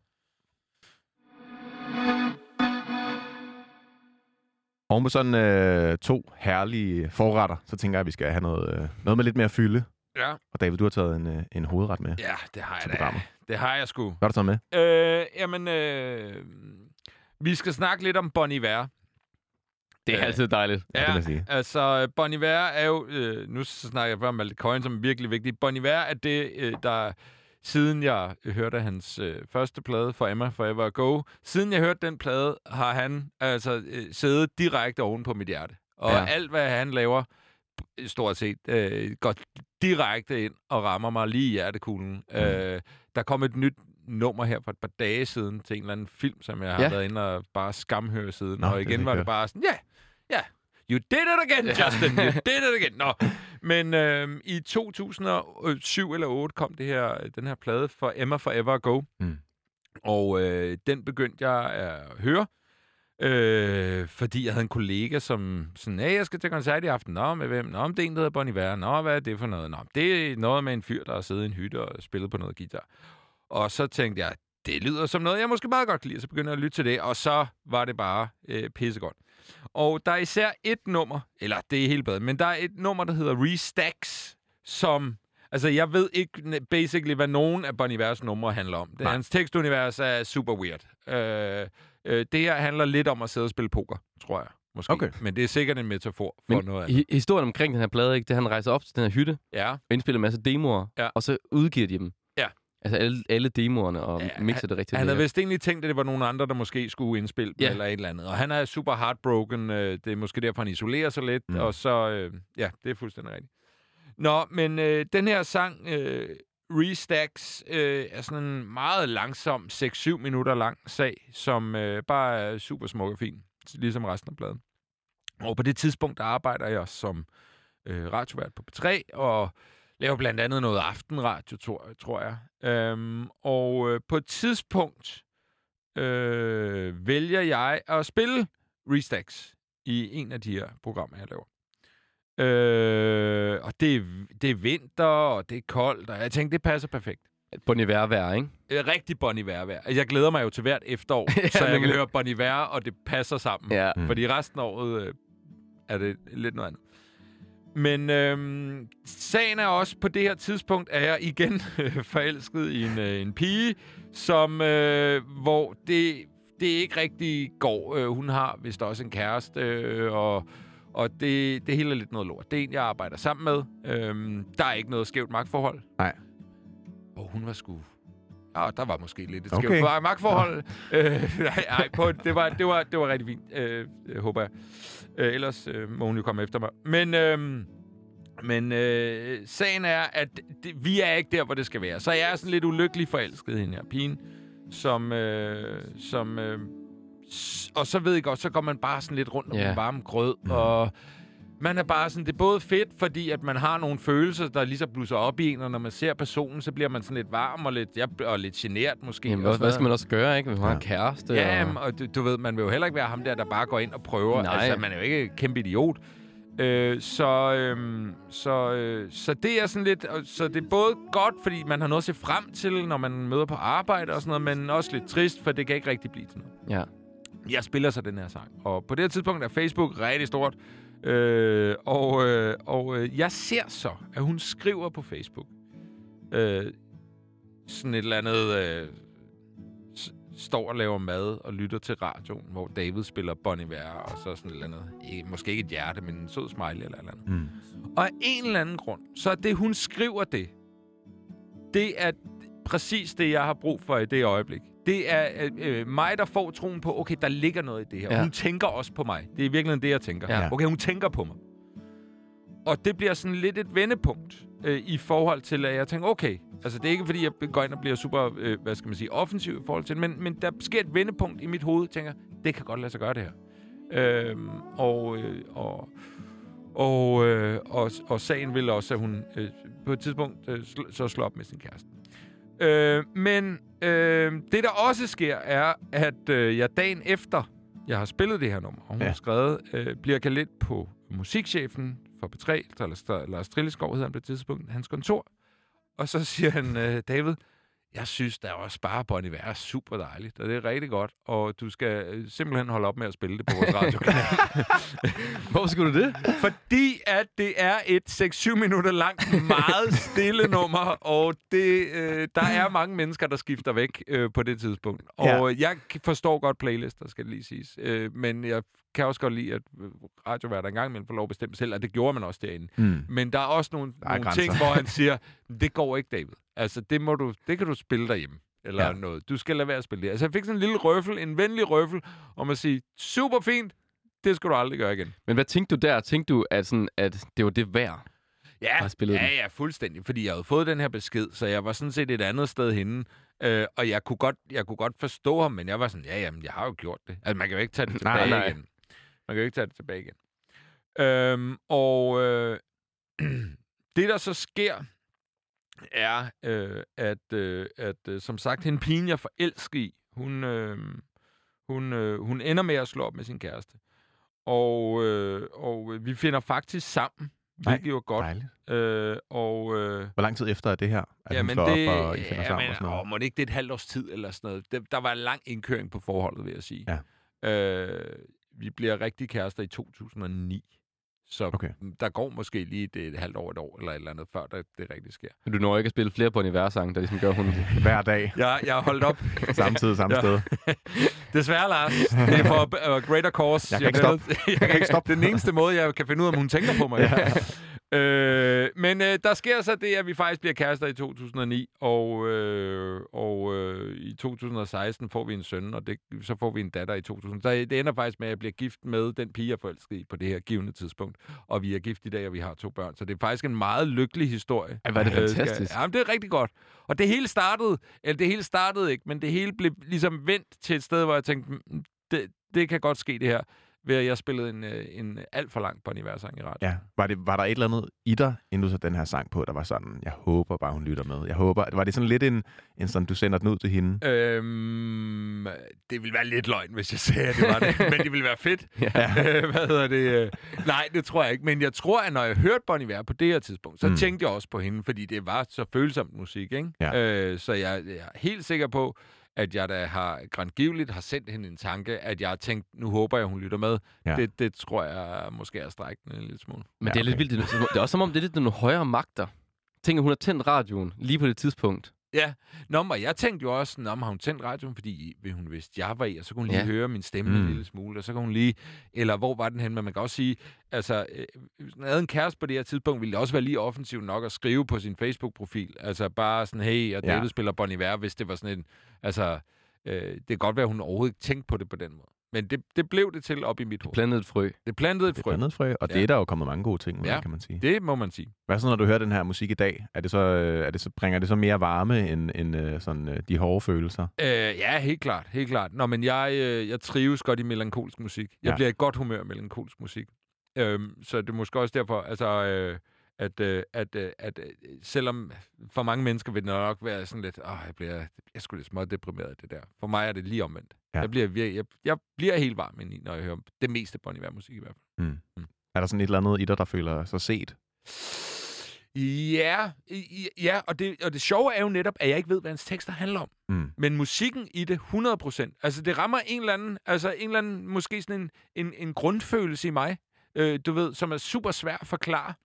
Speaker 4: Og med sådan øh, to herlige forretter, så tænker jeg, at vi skal have noget, øh, noget med lidt mere fylde.
Speaker 1: Ja.
Speaker 4: Og David, du har taget en, øh, en hovedret med.
Speaker 1: Ja, det har
Speaker 4: Til
Speaker 1: jeg da.
Speaker 4: programmet.
Speaker 1: Det har jeg sgu.
Speaker 4: Hvad har du taget med?
Speaker 1: Øh, jamen, øh, vi skal snakke lidt om Bon Iver.
Speaker 3: Det er
Speaker 1: Øh,
Speaker 3: altid dejligt.
Speaker 4: Ja, det vil jeg sige.
Speaker 1: altså, Bon Iver er jo... Øh, nu snakker jeg før om Malte Coyne, som er virkelig vigtig. Bon Iver er det, øh, der... Siden jeg hørte hans øh, første plade, For Emma Forever Ago, siden jeg hørte den plade, har han altså øh, siddet direkte oven på mit hjerte. Og
Speaker 3: Ja.
Speaker 1: ja. alt, hvad han laver, stort set, øh, går direkte ind og rammer mig lige i hjertekuglen. Mm. Øh, der kom et nyt nummer her for et par dage siden til en eller anden film, som jeg har
Speaker 3: Ja.
Speaker 1: været inde og bare skamhøre siden.
Speaker 4: Nå,
Speaker 1: og
Speaker 4: det
Speaker 1: igen
Speaker 4: er
Speaker 1: var det
Speaker 4: godt.
Speaker 1: bare sådan, ja, yeah, ja, yeah, you did it again, Justin, you did it again. Nå, men øh, i to tusind og syv eller otte kom det her, den her plade for Emma Forever Ago.
Speaker 4: Mm.
Speaker 1: Og øh, den begyndte jeg at høre, øh, fordi jeg havde en kollega, som sådan, hey, jeg skal til koncert i aften. Nå, med hvem? Nå, det er en, der hedder Bon Iver. Nå, hvad er det for noget? Nå, det er noget med en fyr, der har siddet i en hytte og spillet på noget guitar. Og så tænkte jeg, det lyder som noget, jeg måske meget godt kan lide. Så begyndte jeg at lytte til det, og så var det bare øh, pissegodt. Og der er især et nummer, eller det er helt bedre, men der er et nummer, der hedder Restacks, som... Altså, jeg ved ikke basically, hvad nogen af Bon Ivers numre handler om. Det, hans tekstunivers er super weird. Øh, øh, det her handler lidt om at sidde og spille poker, tror jeg. måske.
Speaker 4: Okay.
Speaker 1: Men det er sikkert en metafor for
Speaker 3: Men
Speaker 1: noget
Speaker 3: hi-
Speaker 1: andet.
Speaker 3: historien omkring den her plade, ikke, det er, han rejser op til den her hytte,
Speaker 1: Ja.
Speaker 3: og indspiller en masse demoer,
Speaker 1: Ja.
Speaker 3: og så udgiver de dem.
Speaker 1: Ja.
Speaker 3: Altså alle, alle demoerne, og
Speaker 1: Ja,
Speaker 3: ja, mixer det rigtigt.
Speaker 1: Han havde
Speaker 3: lækkert.
Speaker 1: vist egentlig tænkt, at det var nogle andre, der måske skulle indspille
Speaker 3: Ja.
Speaker 1: ja. eller et eller andet. Og han er super heartbroken. Øh, det er måske derfor, han isolerer sig lidt.
Speaker 4: Mm.
Speaker 1: Mm. Og så, øh, ja, det er fuldstændig rigtigt. Nå, men øh, den her sang, øh, Restacks, øh, er sådan en meget langsom, seks syv minutter lang sag, som øh, bare er super smuk og fin. Ligesom resten af bladen. Og på det tidspunkt, der arbejder jeg som øh, radiovært på P tre, og laver blandt andet noget aftenradio, tror, tror jeg. Øhm, og øh, på et tidspunkt øh, vælger jeg at spille Restacks i en af de her programmer, jeg laver. Øh, og det er, det er vinter, og det er koldt, og jeg tænkte, det passer perfekt.
Speaker 3: Bon Iver-vejr, ikke?
Speaker 1: Øh, Rigtig Bon Iver-vejr. Altså, jeg glæder mig jo til hvert efterår,
Speaker 3: Ja,
Speaker 1: så jeg kan
Speaker 3: nemlig.
Speaker 1: høre Bon Iver, og det passer sammen.
Speaker 3: Ja.
Speaker 4: Mm.
Speaker 1: Fordi resten af året øh, er det lidt noget andet. Men øhm, sagen er også, på det her tidspunkt er jeg igen øh, forelsket i en, øh, en pige, som, øh, hvor det, det ikke rigtig går. Øh, hun har vist også en kæreste, øh, og, og det, det hele er lidt noget lort. Det er en, jeg arbejder sammen med. Øhm, der er ikke noget skævt magtforhold.
Speaker 4: Nej.
Speaker 1: Og hun var sgu... Ja, der var måske lidt et
Speaker 4: Okay.
Speaker 1: skævt okay. magtforhold. Øh, nej, nej på, det, var, det, var, det var rigtig fint, øh, håber jeg. Øh, ellers øh, må hun jo komme efter mig. Men, øh, men øh, sagen er, at det, vi er ikke der, hvor det skal være. Så jeg er sådan lidt ulykkelig forelsket i hende her pigen, som... Øh, som øh, s- og så ved jeg godt, så går man bare sådan lidt rundt om
Speaker 3: Ja.
Speaker 1: en varm grød, mm. og... Man er bare sådan, det er både fedt, fordi at man har nogle følelser, der lige så blusser op i en, og når man ser personen, så bliver man sådan lidt varm og lidt, ja, og lidt genert måske.
Speaker 3: Jamen,
Speaker 1: og
Speaker 3: hvad,
Speaker 1: sådan
Speaker 3: hvad skal
Speaker 1: noget.
Speaker 3: man også gøre, ikke? Hvis man har
Speaker 4: Ja.
Speaker 3: en kæreste.
Speaker 1: Ja,
Speaker 3: og...
Speaker 1: jamen, og du, du ved, man vil jo heller ikke være ham der, der bare går ind og prøver.
Speaker 3: Nej.
Speaker 1: Altså, man er jo ikke en kæmpe idiot. Øh, så, øhm, så, øh, så det er sådan lidt... Så det er både godt, fordi man har noget at se frem til, når man møder på arbejde og sådan noget, men også lidt trist, for det kan ikke rigtig blive til noget.
Speaker 3: Ja.
Speaker 1: Jeg spiller så den her sang, og på det her tidspunkt er Facebook rigtig stort. Øh, og øh, og øh, jeg ser så, at hun skriver på Facebook øh, sådan et eller andet, øh, s- står og laver mad og lytter til radioen, hvor David spiller Bon Iver, og så sådan et eller andet, ikke, måske ikke et hjerte, men en sød smiley eller et eller andet.
Speaker 4: Mm.
Speaker 1: Og af en eller anden grund, så er det, hun skriver det, det er præcis det, jeg har brug for i det øjeblik. Det er øh, mig, der får troen på, okay, der ligger noget i det her.
Speaker 3: Ja.
Speaker 1: Hun tænker også på mig. Det er virkelig det, jeg tænker.
Speaker 3: Ja.
Speaker 1: Okay, hun tænker på mig. Og det bliver sådan lidt et vendepunkt øh, i forhold til, at jeg tænker, okay, altså det er ikke, fordi jeg går ind og bliver super, øh, hvad skal man sige, offensiv i forhold til det, men, men der sker et vendepunkt i mit hoved, jeg tænker, det kan godt lade sig gøre det her. Øhm, og, øh, og, og, øh, og, og sagen vil også, at hun øh, på et tidspunkt øh, sl- så slår op med sin kæreste. Øh, men øh, det, der også sker, er, at øh, jeg dagen efter, jeg har spillet det her nummer, og hun
Speaker 4: Ja.
Speaker 1: har skrevet, øh, bliver kaldt lidt på musikchefen for P tre, eller Lars Trilleskov hedder han på det tidspunkt, hans kontor. Og så siger han, øh, David, jeg synes, der er også bare Bon Iver er super dejligt, og det er rigtig godt, og du skal øh, simpelthen holde op med at spille det på vores radiokanal.
Speaker 3: Hvorfor skulle du det?
Speaker 1: Fordi at det er et seks syv minutter langt, meget stille nummer, og det, øh, der er mange mennesker, der skifter væk øh, på det tidspunkt. Og ja. jeg forstår godt playlister, skal det lige siges. Øh, men jeg kan også godt lide, at radioværter engang imellem får lov at bestemme selv, og det gjorde man også derinde.
Speaker 4: Mm.
Speaker 1: Men der er også nogle,
Speaker 4: er
Speaker 1: nogle
Speaker 4: grænser.
Speaker 1: ting, hvor han siger, det går ikke, David. Altså, det, må du, det kan du spille derhjemme. Eller
Speaker 4: Ja.
Speaker 1: ja. noget. Du skal lade være at spille det. Altså, jeg fik sådan en lille røffel, en venlig røffel, om at sige, super fint, det skal du aldrig gøre igen.
Speaker 3: Men hvad tænkte du der? Tænkte du, at, sådan, at det var det værd?
Speaker 1: Ja,
Speaker 3: har spillet
Speaker 1: ja,
Speaker 3: den.
Speaker 1: ja, fuldstændig. Fordi jeg havde fået den her besked, så jeg var sådan set et andet sted henne. Øh, og jeg kunne, godt, jeg kunne godt forstå ham, men jeg var sådan, ja, jamen, jeg har jo gjort det. Altså, man kan jo ikke tage det
Speaker 4: Nej,
Speaker 1: tilbage
Speaker 4: nej.
Speaker 1: igen. Man kan jo ikke tage det tilbage igen. Øhm, og øh, det, der så sker, er, øh, at, øh, at øh, som sagt, hende pigen, jeg er forelsket i, hun, øh, hun, øh, hun ender med at slå op med sin kæreste. Og, øh, og vi finder faktisk sammen,
Speaker 4: Nej,
Speaker 1: hvilket jo er godt.
Speaker 4: Dejligt.
Speaker 1: Øh, og, øh,
Speaker 4: Hvor lang tid efter er det her, at
Speaker 1: jamen
Speaker 4: hun slår
Speaker 1: det,
Speaker 4: op, og I finder sammen
Speaker 1: jamen,
Speaker 4: og sådan noget?
Speaker 1: åh, må det ikke det er et halvt års tid eller sådan noget? Det, der var en lang indkøring på forholdet, vil jeg sige.
Speaker 4: Ja.
Speaker 1: Øh, vi bliver rigtig kærester i to tusind og ni. Så
Speaker 4: Okay.
Speaker 1: der går måske lige et, et halvt år, et år, eller et eller andet, før der, det rigtig sker.
Speaker 3: Du når ikke at spille flere Bon Iver-sange, der ligesom gør hun...
Speaker 4: Hver dag.
Speaker 1: Jeg, jeg har holdt op.
Speaker 4: Samtidig, samme
Speaker 1: Ja.
Speaker 4: sted.
Speaker 1: Desværre, Lars. Det er for uh, greater cause.
Speaker 4: Jeg kan ikke stoppe.
Speaker 1: jeg kan ikke stoppe. Det er den eneste måde, jeg kan finde ud af, om hun tænker på mig. Ja. Øh, men øh, der sker så det, at vi faktisk bliver kærester i to tusind og ni, og, øh, og øh, i to tusind og seksten får vi en søn, og det, så får vi en datter i to tusind. Så det ender faktisk med, at jeg bliver gift med den pige, jeg forelskede i på det her givende tidspunkt. Og vi er gift i dag, og vi har to børn. Så det er faktisk en meget lykkelig historie.
Speaker 3: Ej, hvor er det fantastisk.
Speaker 1: Øh, ja, men det er rigtig godt. Og det hele startede, eller det hele startede ikke, men det hele blev ligesom vendt til et sted, hvor jeg tænkte, det, det kan godt ske det her, ved at jeg spillede en, en alt for lang Bon Iver-sang i radio.
Speaker 4: Ja. Var, det, var der et eller andet i dig, inden du så den her sang på, der var sådan, jeg håber bare, hun lytter med. Jeg håber, var det sådan lidt en, en sådan, du sender den ud til hende?
Speaker 1: Øhm, det ville være lidt løgn, hvis jeg sagde, at det var det. Men det ville være fedt.
Speaker 3: Ja.
Speaker 1: Øh, hvad hedder det? Nej, det tror jeg ikke. Men jeg tror, at når jeg hørte Bon Iver på det her tidspunkt, så mm. tænkte jeg også på hende, fordi det var så følsomt musik, ikke?
Speaker 4: Ja.
Speaker 1: Øh, så jeg, jeg er helt sikker på, at jeg da har grandgiveligt har sendt hende en tanke, at jeg har tænkt, nu håber jeg, hun lytter med.
Speaker 4: Ja.
Speaker 1: Det, det tror jeg måske er strækt en lille smule.
Speaker 3: Men
Speaker 4: Ja,
Speaker 3: det er lidt
Speaker 4: okay.
Speaker 3: vildt. Det er også som om, det er lidt nogle højere magter. Tænk, at hun har tændt radioen lige på det tidspunkt.
Speaker 1: Ja, nå, og jeg tænkte jo også, om har hun tændt radioen, fordi hun vidste, jeg var i, og så kunne hun lige
Speaker 3: Ja.
Speaker 1: høre min stemme
Speaker 4: Mm.
Speaker 1: en lille smule, og så kunne hun lige, eller hvor var den hen, men man kan også sige, altså, øh, hvis man havde en kæreste på det her tidspunkt, ville det også være lige offensivt nok at skrive på sin Facebook-profil, altså bare sådan, hey, og David
Speaker 4: Ja.
Speaker 1: spiller Bon Iver, hvis det var sådan en, altså, øh, det kan godt være, at hun overhovedet ikke tænkte på det på den måde. Men det, det blev det til op i mit hoved.
Speaker 3: Plantet et frø.
Speaker 1: Det plantede et
Speaker 4: Det
Speaker 1: frø.
Speaker 4: er blandet frø, og
Speaker 1: Ja.
Speaker 4: det er der jo kommet mange gode ting ud af,
Speaker 1: Ja.
Speaker 4: kan man sige.
Speaker 1: Det må man sige.
Speaker 4: Hvad så, når du hører den her musik i dag? Er det så, øh, er det så, bringer det så mere varme end, end øh, sådan, øh, de hårde følelser?
Speaker 1: Øh, ja, helt klart, helt klart. Nå, men jeg, øh, jeg trives godt i melankolsk musik. Jeg
Speaker 4: Ja.
Speaker 1: bliver i godt humør af melankolsk musik. Øhm, så det er måske også derfor, altså, øh, at, øh, at, øh, at øh, selvom for mange mennesker vil det nok være sådan lidt, åh, jeg bliver, jeg er sgu lidt småt deprimeret af det der. For mig er det lige omvendt.
Speaker 4: Ja.
Speaker 1: Jeg, bliver, vir- jeg, jeg bliver helt varm indeni, når jeg hører det meste Bon Iver-musik i hvert fald.
Speaker 4: Mm.
Speaker 1: Mm.
Speaker 4: Er der sådan et eller andet i dig, der føler sig set?
Speaker 1: Ja, i- ja og, det, og det sjove er jo netop, at jeg ikke ved, hvad hans tekster handler om.
Speaker 4: Mm.
Speaker 1: Men musikken i det, hundrede procent. Altså, det rammer en eller anden, altså en eller anden, måske sådan en, en, en grundfølelse i mig, øh, du ved, som er super svær at forklare.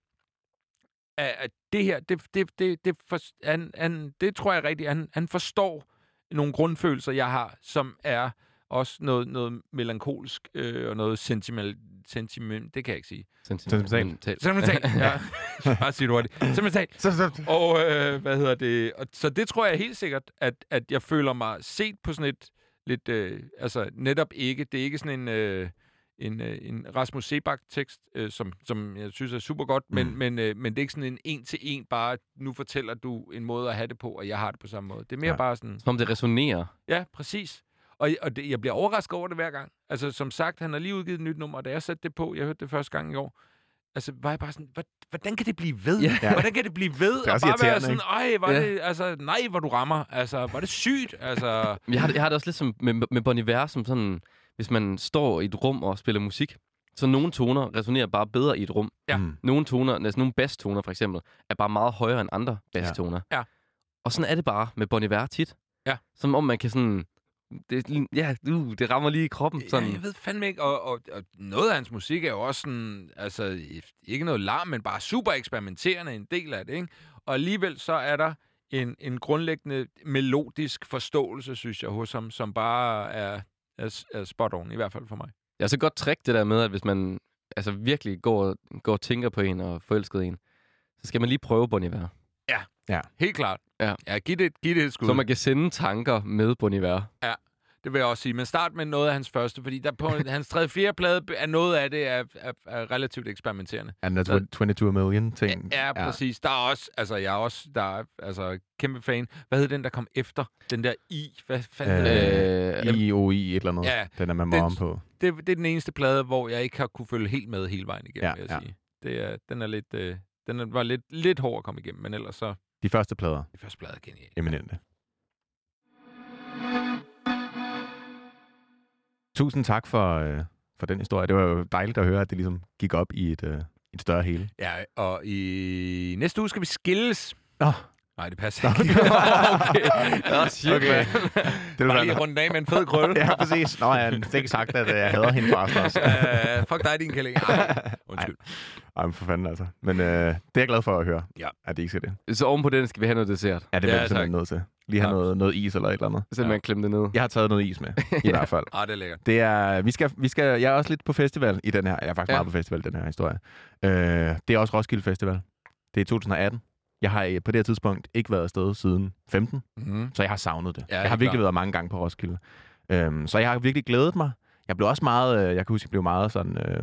Speaker 1: At, at det her, det, det, det, det, for, han, han, det tror jeg rigtigt, han, han forstår nogle grundfølelser, jeg har, som er også noget, noget melankolsk øh, og noget sentimental, sentiment, det kan jeg ikke sige.
Speaker 3: Sentimentalt.
Speaker 1: Sentimentalt, ja. Bare sig det hurtigt. Sentimentalt.
Speaker 4: Så, så.
Speaker 1: Og øh, hvad hedder det? Og, så det tror jeg helt sikkert, at, at jeg føler mig set på sådan et lidt, øh, altså netop ikke, det er ikke sådan en, øh, en, øh, en Rasmus Sebak-tekst, øh, som, som jeg synes er super godt, men,
Speaker 4: Mm.
Speaker 1: men, øh, men det er ikke sådan en en-til-en, bare nu fortæller du en måde at have det på, og jeg har det på samme måde. Det er mere
Speaker 4: Ja.
Speaker 1: ja. bare sådan,
Speaker 3: Som om det resonerer.
Speaker 1: ja, præcis. Og, og det, jeg bliver overrasket over det hver gang. Altså, som sagt, han har lige udgivet et nyt nummer, og da jeg satte det på, jeg hørte det første gang i år, altså, var jeg bare sådan, hvordan kan det blive ved?
Speaker 3: Ja.
Speaker 1: Hvordan kan det blive ved?
Speaker 4: Det er
Speaker 1: og
Speaker 4: også
Speaker 1: bare være
Speaker 4: irriterende,
Speaker 1: sådan, ej, var
Speaker 3: Ja.
Speaker 1: det, altså, nej, hvor du rammer. Altså, var det sygt? Altså,
Speaker 3: Jeg har, det- jeg har det også lidt som med, med Bon Iver, som sådan, hvis man står i et rum og spiller musik, så nogle toner resonerer bare bedre i et rum.
Speaker 1: Ja.
Speaker 4: Mm.
Speaker 3: Nogle toner, altså nogle basstoner for eksempel, er bare meget højere end andre basstoner.
Speaker 1: Ja.
Speaker 3: Og sådan er det bare med Bon Iver tit.
Speaker 1: Ja.
Speaker 3: Som om man kan sådan, det, ja, uh, det rammer lige i kroppen. Sådan.
Speaker 1: ja, jeg ved fandme ikke. Og, og, og noget af hans musik er jo også sådan, altså, ikke noget larm, men bare super eksperimenterende en del af det, ikke? Og alligevel så er der en, en grundlæggende melodisk forståelse, synes jeg, hos ham, som bare er, er, er spot on, i hvert fald for mig.
Speaker 3: Det er så godt trick det der med, at hvis man altså virkelig går, går og tænker på en og forelsker en, så skal man lige prøve Bon Iver.
Speaker 1: Helt klart.
Speaker 3: Ja.
Speaker 1: Ja, giv det, giv det et skud.
Speaker 3: Så man kan sende tanker med Bon Iver.
Speaker 1: Det vil jeg også sige. Men start med noget af hans første, fordi der på hans tredje fjerde plade er noget af det er, er, er relativt eksperimenterende.
Speaker 4: And that's toogtyve million ting.
Speaker 1: Ja, ja, præcis. Der er også, altså jeg er også, der er altså kæmpe fan. Hvad hed den, der kom efter? Den der I, hvad fanden
Speaker 4: Øh,
Speaker 1: hedder det?
Speaker 4: I O I et eller andet.
Speaker 1: Ja,
Speaker 4: Den er med
Speaker 1: den-
Speaker 4: mom på.
Speaker 1: det? Det er den eneste plade, hvor jeg ikke har kunne følge helt med hele vejen igennem,
Speaker 4: Ja,
Speaker 1: vil jeg
Speaker 4: ja.
Speaker 1: sige. Det er, den er lidt, øh, den er, var lidt, lidt hård at komme igennem, men ellers så,
Speaker 4: De første plader.
Speaker 1: det første plade er genialt.
Speaker 4: Eminente. Tusind tak for, øh, for den historie. Det var jo dejligt at høre, at det ligesom gik op i et, øh, et større hele.
Speaker 1: Ja, og i næste uge skal vi skilles.
Speaker 4: Nå.
Speaker 1: Nej, det passer ikke.
Speaker 3: okay. Nå, shit,
Speaker 4: Okay.
Speaker 3: man.
Speaker 4: Det vil
Speaker 1: Bare lige
Speaker 4: være...
Speaker 1: rundt af med en fed krølle.
Speaker 4: Ja, præcis. Nå, jeg har ikke sagt, at jeg hader hende forresten også.
Speaker 1: Uh, fuck dig, din kælling. Ej, undskyld. Undskyld.
Speaker 4: Ej, men for fanden altså. Men øh, det er jeg glad for at høre,
Speaker 1: Ja.
Speaker 4: at det ikke skal det.
Speaker 3: Så oven på den skal vi have noget dessert.
Speaker 4: Ja, det
Speaker 1: Ja,
Speaker 4: er vi simpelthen
Speaker 1: tak.
Speaker 4: nødt til. Lige have
Speaker 1: Ja.
Speaker 4: noget, noget is eller et eller andet.
Speaker 3: Så man klemme det ned.
Speaker 4: Jeg har taget noget is med, i hvert fald.
Speaker 1: Ah, det er lækkert.
Speaker 4: Det er, vi skal, vi skal, jeg er også lidt på festival i den her. Jeg er faktisk
Speaker 3: Ja.
Speaker 4: meget på festival i den her historie. Øh, det er også Roskilde Festival. Det er to tusind atten. Jeg har øh, på det her tidspunkt ikke været afsted siden femten,
Speaker 1: Mm-hmm.
Speaker 4: så jeg har savnet det.
Speaker 1: Ja,
Speaker 4: jeg har
Speaker 1: helt
Speaker 4: virkelig
Speaker 1: klart.
Speaker 4: været mange gange på Roskilde. Øhm, så jeg har virkelig glædet mig. Jeg blev også meget, øh, jeg kan huske, jeg blev meget sådan, øh,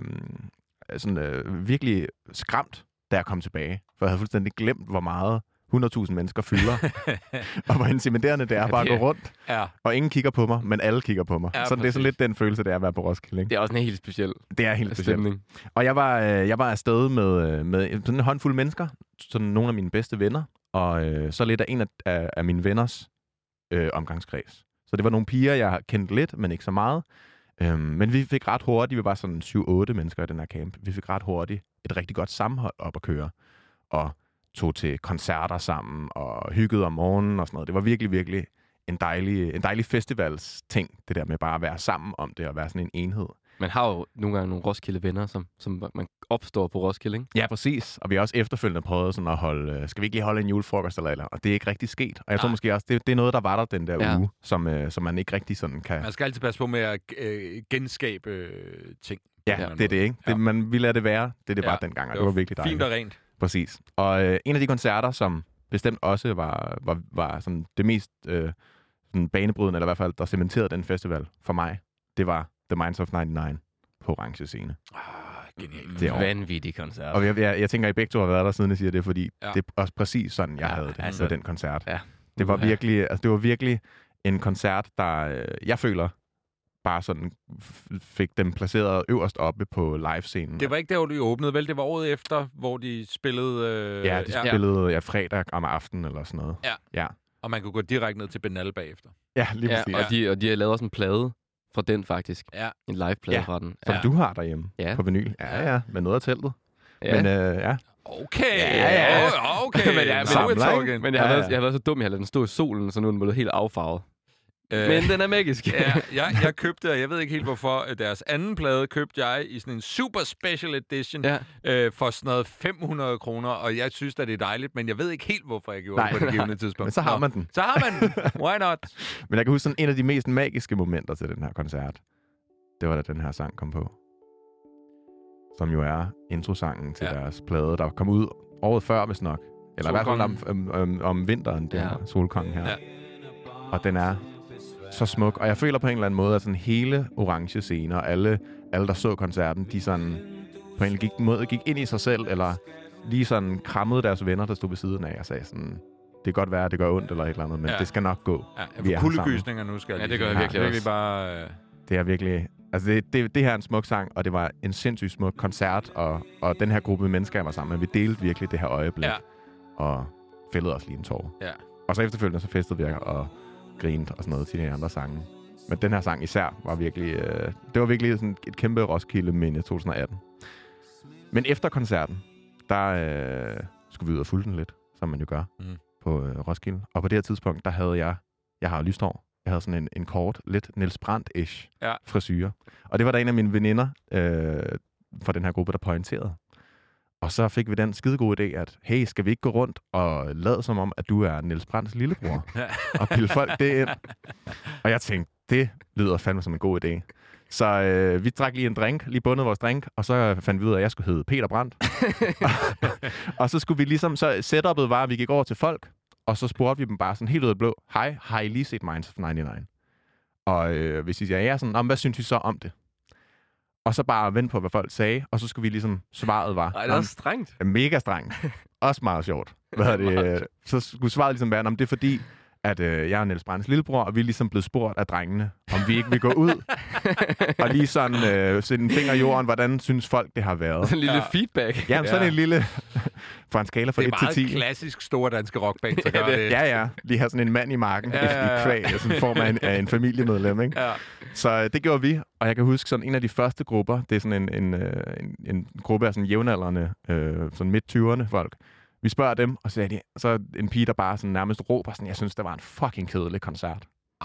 Speaker 4: sådan øh, virkelig skræmt, da jeg kom tilbage. For jeg havde fuldstændig glemt, hvor meget hundrede tusind mennesker fylder. Og hvor intimiderende det er
Speaker 3: Ja,
Speaker 4: bare at
Speaker 3: det
Speaker 4: gå
Speaker 3: er-
Speaker 4: rundt,
Speaker 1: Ja.
Speaker 4: og ingen kigger på mig, men alle kigger på mig.
Speaker 1: Ja,
Speaker 4: så det er
Speaker 1: præcis.
Speaker 4: sådan lidt den følelse, det er at være på Roskilde. Ikke?
Speaker 3: Det er også en helt speciel
Speaker 4: Det er helt specielt.
Speaker 3: stemning.
Speaker 4: Og jeg var, øh, jeg var afsted med, øh, med sådan en håndfuld mennesker, sådan nogle af mine bedste venner, og øh, så lidt af en af, af, af mine venners øh, omgangskreds. Så det var nogle piger, jeg kendte lidt, men ikke så meget. Øhm, men vi fik ret hurtigt, vi var sådan syv otte mennesker i den her camp, vi fik ret hurtigt et rigtig godt sammenhold op at køre, og tog til koncerter sammen, og hyggede om morgenen og sådan noget. Det var virkelig, virkelig en dejlig, en dejlig festivalsting, det der med bare at være sammen om det, og være sådan en enhed.
Speaker 3: Man har jo nogle gange nogle Roskilde-venner, som, som man opstår på Roskilde, ikke?
Speaker 4: Ja, præcis. Og vi har også efterfølgende prøvet sådan at holde, øh, skal vi ikke lige holde en julefrokost eller eller, og det er ikke rigtig sket. Og jeg tror
Speaker 1: Nej.
Speaker 4: måske også, det, det er noget, der var der den der
Speaker 3: Ja.
Speaker 4: uge, som, øh, som man ikke rigtig sådan kan...
Speaker 1: Man skal altid passe på med at øh, genskabe øh, ting.
Speaker 4: Ja,
Speaker 1: på en eller
Speaker 4: det er det,
Speaker 1: anden
Speaker 4: ikke?
Speaker 1: måde.
Speaker 4: Det, man, vi lader det være. Det er det
Speaker 1: Ja.
Speaker 4: bare dengang, og det var virkelig dejligt.
Speaker 1: Fint og rent.
Speaker 4: Præcis. Og øh, en af de koncerter, som bestemt også var, var, var sådan det mest øh, sådan banebrydende, eller i hvert fald, der cementerede den festival for mig, det var The Minds of nioghalvfems på Orange Scene.
Speaker 1: Ah, genialt.
Speaker 4: Det er over.
Speaker 3: Vanvittig koncert.
Speaker 4: Og jeg, jeg, jeg tænker, at I begge to har været der, siden jeg siger det, fordi
Speaker 1: Ja.
Speaker 4: ja. det er også præcis sådan, jeg
Speaker 3: Ja,
Speaker 4: havde det
Speaker 3: altså-
Speaker 4: med den koncert.
Speaker 3: Ja.
Speaker 4: Det var
Speaker 3: Ja.
Speaker 4: virkelig, altså det var virkelig en koncert, der øh, jeg føler bare sådan f- fik dem placeret øverst oppe på livescenen.
Speaker 1: Det var ikke der, hvor de åbnede, vel? Det var året efter, hvor de spillede... Øh,
Speaker 4: Ja, de spillede ja, fredag om aftenen eller sådan noget.
Speaker 1: Ja.
Speaker 4: Ja,
Speaker 1: Og man kunne gå direkte ned til Benal bagefter.
Speaker 4: ja lige
Speaker 3: Ja,
Speaker 4: præcis.
Speaker 3: og, de, og de har lavet også en plade fra den, faktisk.
Speaker 1: Ja.
Speaker 3: En live-plade
Speaker 4: Ja.
Speaker 3: fra den.
Speaker 4: Som
Speaker 1: Ja.
Speaker 4: du har derhjemme
Speaker 3: Ja.
Speaker 4: på vinyl. Ja, ja, med noget af teltet.
Speaker 3: Ja.
Speaker 4: Men øh, ja,
Speaker 1: Okay.
Speaker 3: Ja, ja.
Speaker 1: Oh, okay.
Speaker 3: Men ja, men-
Speaker 1: Now we're
Speaker 4: Samler,
Speaker 1: talking.
Speaker 3: Men jeg har,
Speaker 4: Ja,
Speaker 3: været,
Speaker 4: ja.
Speaker 3: jeg har været så dum, jeg har ladet den stå i solen, så nu er den blevet helt affarvet.
Speaker 1: Øh,
Speaker 3: Men den er magisk.
Speaker 1: ja, jeg, jeg købte, og jeg ved ikke helt hvorfor, øh, deres anden plade købte jeg i sådan en super special edition
Speaker 3: Ja.
Speaker 1: øh, for sådan noget fem hundrede kroner, og jeg synes at det er dejligt, men jeg ved ikke helt, hvorfor jeg gjorde
Speaker 4: Nej,
Speaker 1: det på det givende tidspunkt.
Speaker 4: men så har
Speaker 1: Nå,
Speaker 4: man den.
Speaker 1: Så har man den. Why not?
Speaker 4: Men jeg kan huske sådan en af de mest magiske momenter til den her koncert. Det var da den her sang kom på. Som jo er introsangen til
Speaker 1: Ja.
Speaker 4: ja. deres plade, der kom ud året før, hvis nok. Eller i hvert fald om, om, om, om vinteren, den
Speaker 3: Ja.
Speaker 4: her Solkongen her.
Speaker 1: Ja.
Speaker 4: Og den er så smuk. Og jeg føler på en eller anden måde, at sådan hele orange scene og alle, alle der så koncerten, de sådan på en gik, måde gik ind i sig selv, eller lige sådan krammede deres venner, der stod ved siden af, og sagde sådan, det kan godt være, at det gør ondt eller et eller andet, men
Speaker 1: Ja.
Speaker 4: ja. det skal nok gå.
Speaker 1: Ja,
Speaker 4: Vi
Speaker 1: jeg
Speaker 4: er
Speaker 1: får
Speaker 4: her
Speaker 1: kuldegysninger nu, skal jeg
Speaker 3: Ja,
Speaker 1: lige
Speaker 3: det gør
Speaker 1: sige.
Speaker 3: jeg virkelig
Speaker 1: virkelig
Speaker 3: også.
Speaker 1: bare... Øh,
Speaker 4: Det er virkelig... Altså, det, det, det her er en smuk sang, og det var en sindssygt smuk koncert, og, og den her gruppe mennesker, jeg var sammen med, vi delte virkelig det her øjeblik,
Speaker 1: Ja.
Speaker 4: og fældede os lige en tår.
Speaker 1: Ja.
Speaker 4: Og så efterfølgende, så festede vi og grinede og sådan noget til de andre sange. Men den her sang især var virkelig... Øh, det var virkelig sådan et kæmpe Roskilde-minde to tusind atten. Men efter koncerten, der øh, skulle vi ud og fulgte den lidt, som man jo gør
Speaker 1: Mm.
Speaker 4: på øh, Roskilde. Og på det her tidspunkt, der havde jeg... Jeg har lyst hår. Jeg havde sådan en, en kort, lidt Niels Brandt-ish
Speaker 1: Ja.
Speaker 4: frisyre. Og det var der en af mine veninder øh, fra den her gruppe, der pointerede. Og så fik vi den skide gode idé, at hey, skal vi ikke gå rundt og lade som om, at du er Niels Brandts lillebror? Og pille folk det ind. Og jeg tænkte, det lyder fandme som en god idé. Så øh, vi drak lige en drink, lige bundet vores drink, og så fandt vi ud af, at jeg skulle hedde Peter Brandt. og, og så skulle vi ligesom, så setup'et var, at vi gik over til folk, og så spurgte vi dem bare sådan helt ud af det blå, hej, har I lige set Minds of nioghalvfems? Og øh, hvis de siger ja, sådan, "Nå, men hvad synes I så om det? Og så bare vente på, hvad folk sagde, og så skulle vi ligesom, svaret var,
Speaker 3: Ej, det er
Speaker 4: "Nå,
Speaker 3: også strengt.
Speaker 4: mega strengt. Også meget sjovt. Hvad er det? Så skulle svaret ligesom være, om det er fordi, at øh, jeg er Niels Brandts lillebror, og vi er ligesom blevet spurgt af drengene, om vi ikke vil gå ud og lige sådan øh, sætte en finger i jorden, hvordan synes folk, det har været.
Speaker 3: Sådan en lille
Speaker 1: Ja.
Speaker 3: feedback.
Speaker 4: Ja, sådan
Speaker 1: Ja.
Speaker 4: en lille, fra en skala fra
Speaker 1: Det
Speaker 4: et
Speaker 1: er
Speaker 4: til
Speaker 1: meget
Speaker 4: ti.
Speaker 1: klassisk store danske rockband, der gør det.
Speaker 4: Ja, ja. Lige have sådan en mand i marken
Speaker 1: Ja, ja, ja.
Speaker 4: i kvæg, altså en form af en, af en familiemedlem, ikke?
Speaker 1: Ja.
Speaker 4: Så øh, det gjorde vi, og jeg kan huske sådan en af de første grupper, det er sådan en, en, øh, en, en gruppe af sådan jævnaldrende, øh, sådan midt tyverne folk. Vi spørger dem, og så er de, så er en pige, der bare sådan nærmest råber sådan, jeg synes, det var en fucking kedelig koncert.
Speaker 1: Au.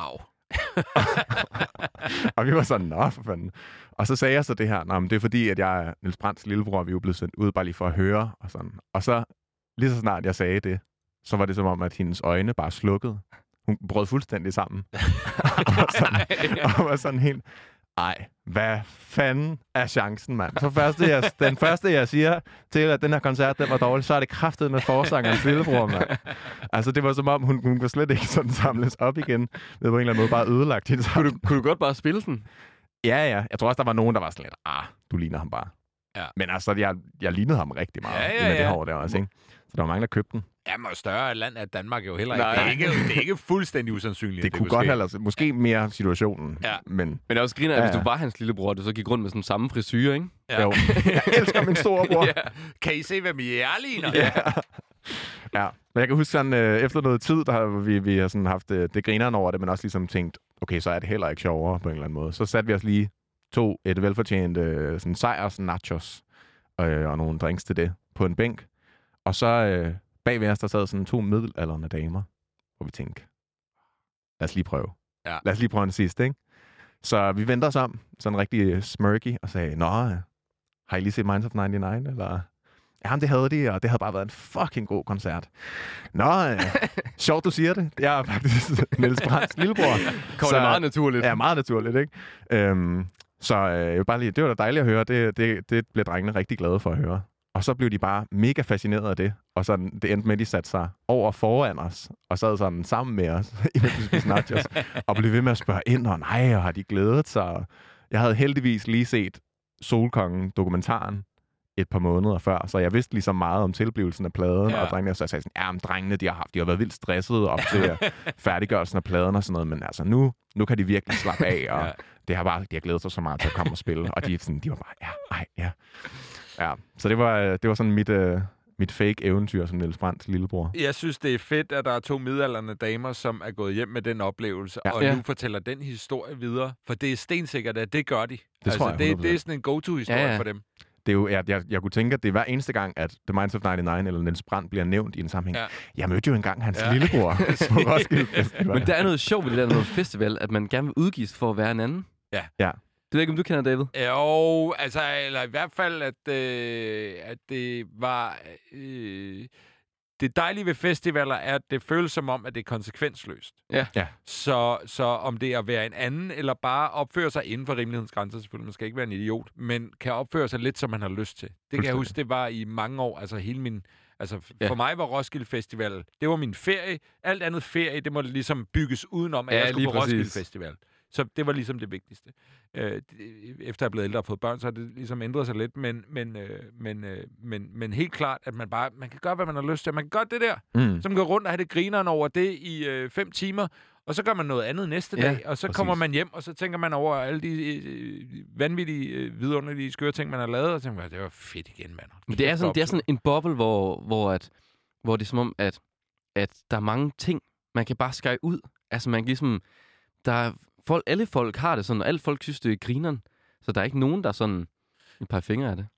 Speaker 4: Og vi var sådan, nå for fanden. Og så sagde jeg så det her, nå, men det er fordi, at jeg er Niels Brandts lillebror, vi er jo blevet sendt ud bare lige for at høre. Og, sådan. Og så, lige så snart jeg sagde det, så var det som om, at hendes øjne bare slukkede. Hun brød fuldstændig sammen. og, var sådan, og var sådan helt, ej, hvad fanden er chancen, mand? Så første, jeg, den første, jeg siger til, at den her koncert, den var dårlig, så er det kraftet med forsangerens lillebror, mand. Altså, det var som om, hun, hun kunne slet ikke sådan samles op igen. Det var på en eller anden måde bare ødelagt hendes
Speaker 3: kunne, du, kunne du godt bare spille den?
Speaker 4: Ja, ja. Jeg tror også, der var nogen, der var sådan lidt, ah, du ligner ham bare.
Speaker 1: Ja.
Speaker 4: Men altså, jeg, jeg lignede ham rigtig meget
Speaker 1: ja, ja,
Speaker 4: med
Speaker 1: ja.
Speaker 4: det hår der også, ikke? Så der var mange, der købte den.
Speaker 1: Jamen, og større land er Danmark jo heller
Speaker 3: Nej.
Speaker 1: ikke. Det er ikke, det er ikke fuldstændig usandsynligt.
Speaker 4: Det, det kunne godt have, altså, måske mere situationen,
Speaker 1: Ja.
Speaker 4: men...
Speaker 3: Men det er også griner, at
Speaker 4: Ja,
Speaker 3: hvis
Speaker 4: ja.
Speaker 3: du var hans lillebror, du så gik rundt med sådan samme frisyr, ikke?
Speaker 1: Ja.
Speaker 4: Jo. Jeg elsker min storebror.
Speaker 1: Ja. Kan I se, hvem I er ligner?
Speaker 4: Ja. Ja. Men jeg kan huske sådan, øh, efter noget tid, der har vi, vi har sådan haft øh, det grineren over det, men også ligesom tænkt, okay, så er det heller ikke sjovere på en eller anden måde. Så satte vi os lige to et velfortjent øh, sådan sejrs nachos øh, og nogle drinks til det på en bænk. Og så øh, bagved os, der sad sådan to middelaldrende damer, hvor vi tænkte, lad os lige prøve.
Speaker 1: Ja.
Speaker 4: Lad os lige prøve en sidste, ikke? Så vi vendte os om, sådan rigtig smirky, og sagde, nå, øh, har I lige set Minds of nioghalvfems, eller... Jamen, det havde de, og det havde bare været en fucking god koncert. Nå, øh, sjovt, du siger det. Jeg er faktisk Niels Brandts lillebror.
Speaker 3: Kom det meget naturligt.
Speaker 4: Ja, meget naturligt, ikke? Øhm, så øh, jeg vil bare lige, det var da dejligt at høre. Det, det, det blev drengene rigtig glade for at høre. Og så blev de bare mega fascineret af det. Og så det endte med, at de satte sig over foran os, og sad sådan sammen med os, imens vi spiste nachos, og blev ved med at spørge ind, og nej, og har de glædet sig? Jeg havde heldigvis lige set Solkongen-dokumentaren et par måneder før, så jeg vidste ligesom meget om tilblivelsen af pladen,
Speaker 1: Ja.
Speaker 4: og drengene, så jeg sagde sådan, ja, men drengene, de har haft, de har været vildt stressede op til færdiggørelsen af pladen og sådan noget, men altså nu, nu kan de virkelig slappe af, og
Speaker 1: Ja.
Speaker 4: det har bare, de har glædet sig så meget til at komme og spille, og de, sådan, de var bare, ja, ej, ja. Ja, så det var, det var sådan mit, uh, mit fake eventyr som Niels Brandts lillebror.
Speaker 1: Jeg synes, det er fedt, at der er to midaldrende damer, som er gået hjem med den oplevelse,
Speaker 4: Ja.
Speaker 1: og
Speaker 3: Ja.
Speaker 1: nu fortæller den historie videre. For det er stensikkert, at det gør de. Det altså,
Speaker 4: tror jeg,
Speaker 1: det,
Speaker 4: hundrede procent.
Speaker 1: det er sådan en go-to-historie
Speaker 3: Ja, ja.
Speaker 1: for dem.
Speaker 4: Det er jo, jeg, jeg, jeg kunne tænke, at det er hver eneste gang, at The Minds of nioghalvfems eller Niels Brandt bliver nævnt i en sammenhæng.
Speaker 1: Ja.
Speaker 4: Jeg mødte jo engang hans
Speaker 1: Ja.
Speaker 4: lillebror på Roskilde Festival.
Speaker 3: Men der er noget sjovt ved det der noget festival, at man gerne vil udgives for at være en anden.
Speaker 1: Ja.
Speaker 4: Ja.
Speaker 3: Det ved ikke, om du kender, David?
Speaker 1: Jo, altså, eller i hvert fald, at, øh, at det var... Øh, det dejlige ved festivaler er, at det føles som om, at det er konsekvensløst.
Speaker 3: Ja.
Speaker 4: Ja.
Speaker 1: Så, så om det er at være en anden, eller bare opføre sig inden for rimelighedens grænser, selvfølgelig, man skal ikke være en idiot, men kan opføre sig lidt, som man har lyst til. Det kan jeg huske, det var i mange år, altså hele min... Altså, f-
Speaker 3: Ja.
Speaker 1: for mig var Roskilde Festival, det var min ferie. Alt andet ferie, det må ligesom bygges udenom, at
Speaker 3: Ja,
Speaker 1: jeg skulle
Speaker 3: lige
Speaker 1: på Roskilde
Speaker 3: præcis.
Speaker 1: Festival. Så det var ligesom det vigtigste. Øh, det- efter jeg er blevet ældre og fået børn, så har det ligesom ændret sig lidt, men, men, øh, men, øh, men, men helt klart, at man bare man kan gøre, hvad man har lyst til. Man kan gøre det der,
Speaker 4: Mm.
Speaker 1: så man går rundt og have det grineren over det i øh, fem timer, og så gør man noget andet næste
Speaker 3: Ja,
Speaker 1: dag, og så
Speaker 4: præcis.
Speaker 1: kommer man hjem, og så tænker man over alle de øh, vanvittige, øh, vidunderlige, skøre ting, man har lavet, og tænker, det var fedt igen, mand.
Speaker 3: Men det er sådan, det er sådan en boble, hvor, hvor, at, hvor det er som om, at, at der er mange ting, man kan bare skære ud. Altså man kan ligesom, der er folk, alle folk har det sådan, og alle folk synes, det er grineren. Så der er ikke nogen, der er sådan et par fingre af det.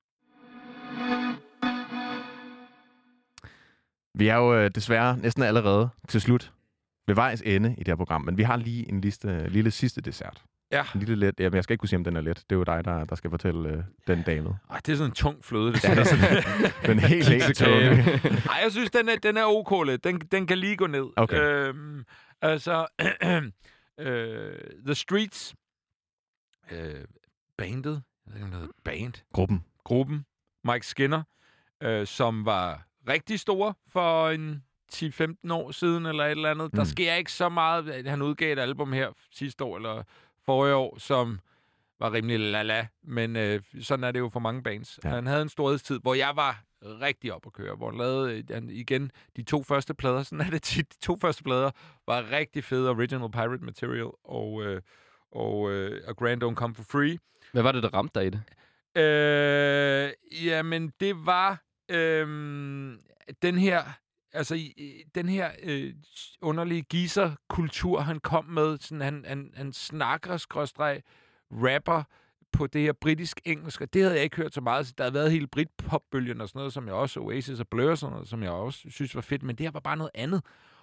Speaker 4: Vi er jo øh, desværre næsten allerede til slut ved vejs ende i det her program, men vi har lige en liste, lille sidste dessert.
Speaker 1: Ja.
Speaker 4: En lille let. Jamen, jeg skal ikke kunne sige, om den er let. Det er jo dig, der, der skal fortælle øh, den dame.
Speaker 1: Ej, det er sådan en tung fløde, det
Speaker 4: Ja, det er sådan, den er helt, helt tunge.
Speaker 1: Ej, jeg synes, den er, den er ok lidt. Den, den kan lige gå ned.
Speaker 4: Okay.
Speaker 1: Øhm, altså, øh, The Streets, øh, bandet, jeg ved ikke, om det hedder band,
Speaker 4: Gruppen.
Speaker 1: gruppen, Mike Skinner, øh, som var rigtig stor for en ti femten år siden, eller et eller andet. Mm. Der
Speaker 4: Mm.
Speaker 1: sker ikke så meget. Han udgav et album her sidste år, eller forrige år, som var rimelig la-la, men øh, sådan er det jo for mange bands. Ja.
Speaker 4: Ja.
Speaker 1: Han havde en storhedstid, hvor jeg var rigtig op at køre, hvor han lavede øh, han, igen de to første plader, sådan er det tit, de to første plader var rigtig fede original pirate material, og, øh, og, øh, og Grand Don't Come For Free.
Speaker 3: Hvad var det, der ramte dig i det?
Speaker 1: Øh, jamen, det var øh, den her, altså i- i- den her øh, underlige geezer-kultur, han kom med. Sådan, han, han, han snakker, skråstreg, rapper på det her britisk-engelsk, og det havde jeg ikke hørt så meget. Så der havde været hele Britpop-bølgen og sådan noget, som jeg også, Oasis og Blur og sådan noget, som jeg også synes var fedt, men det her var bare noget andet.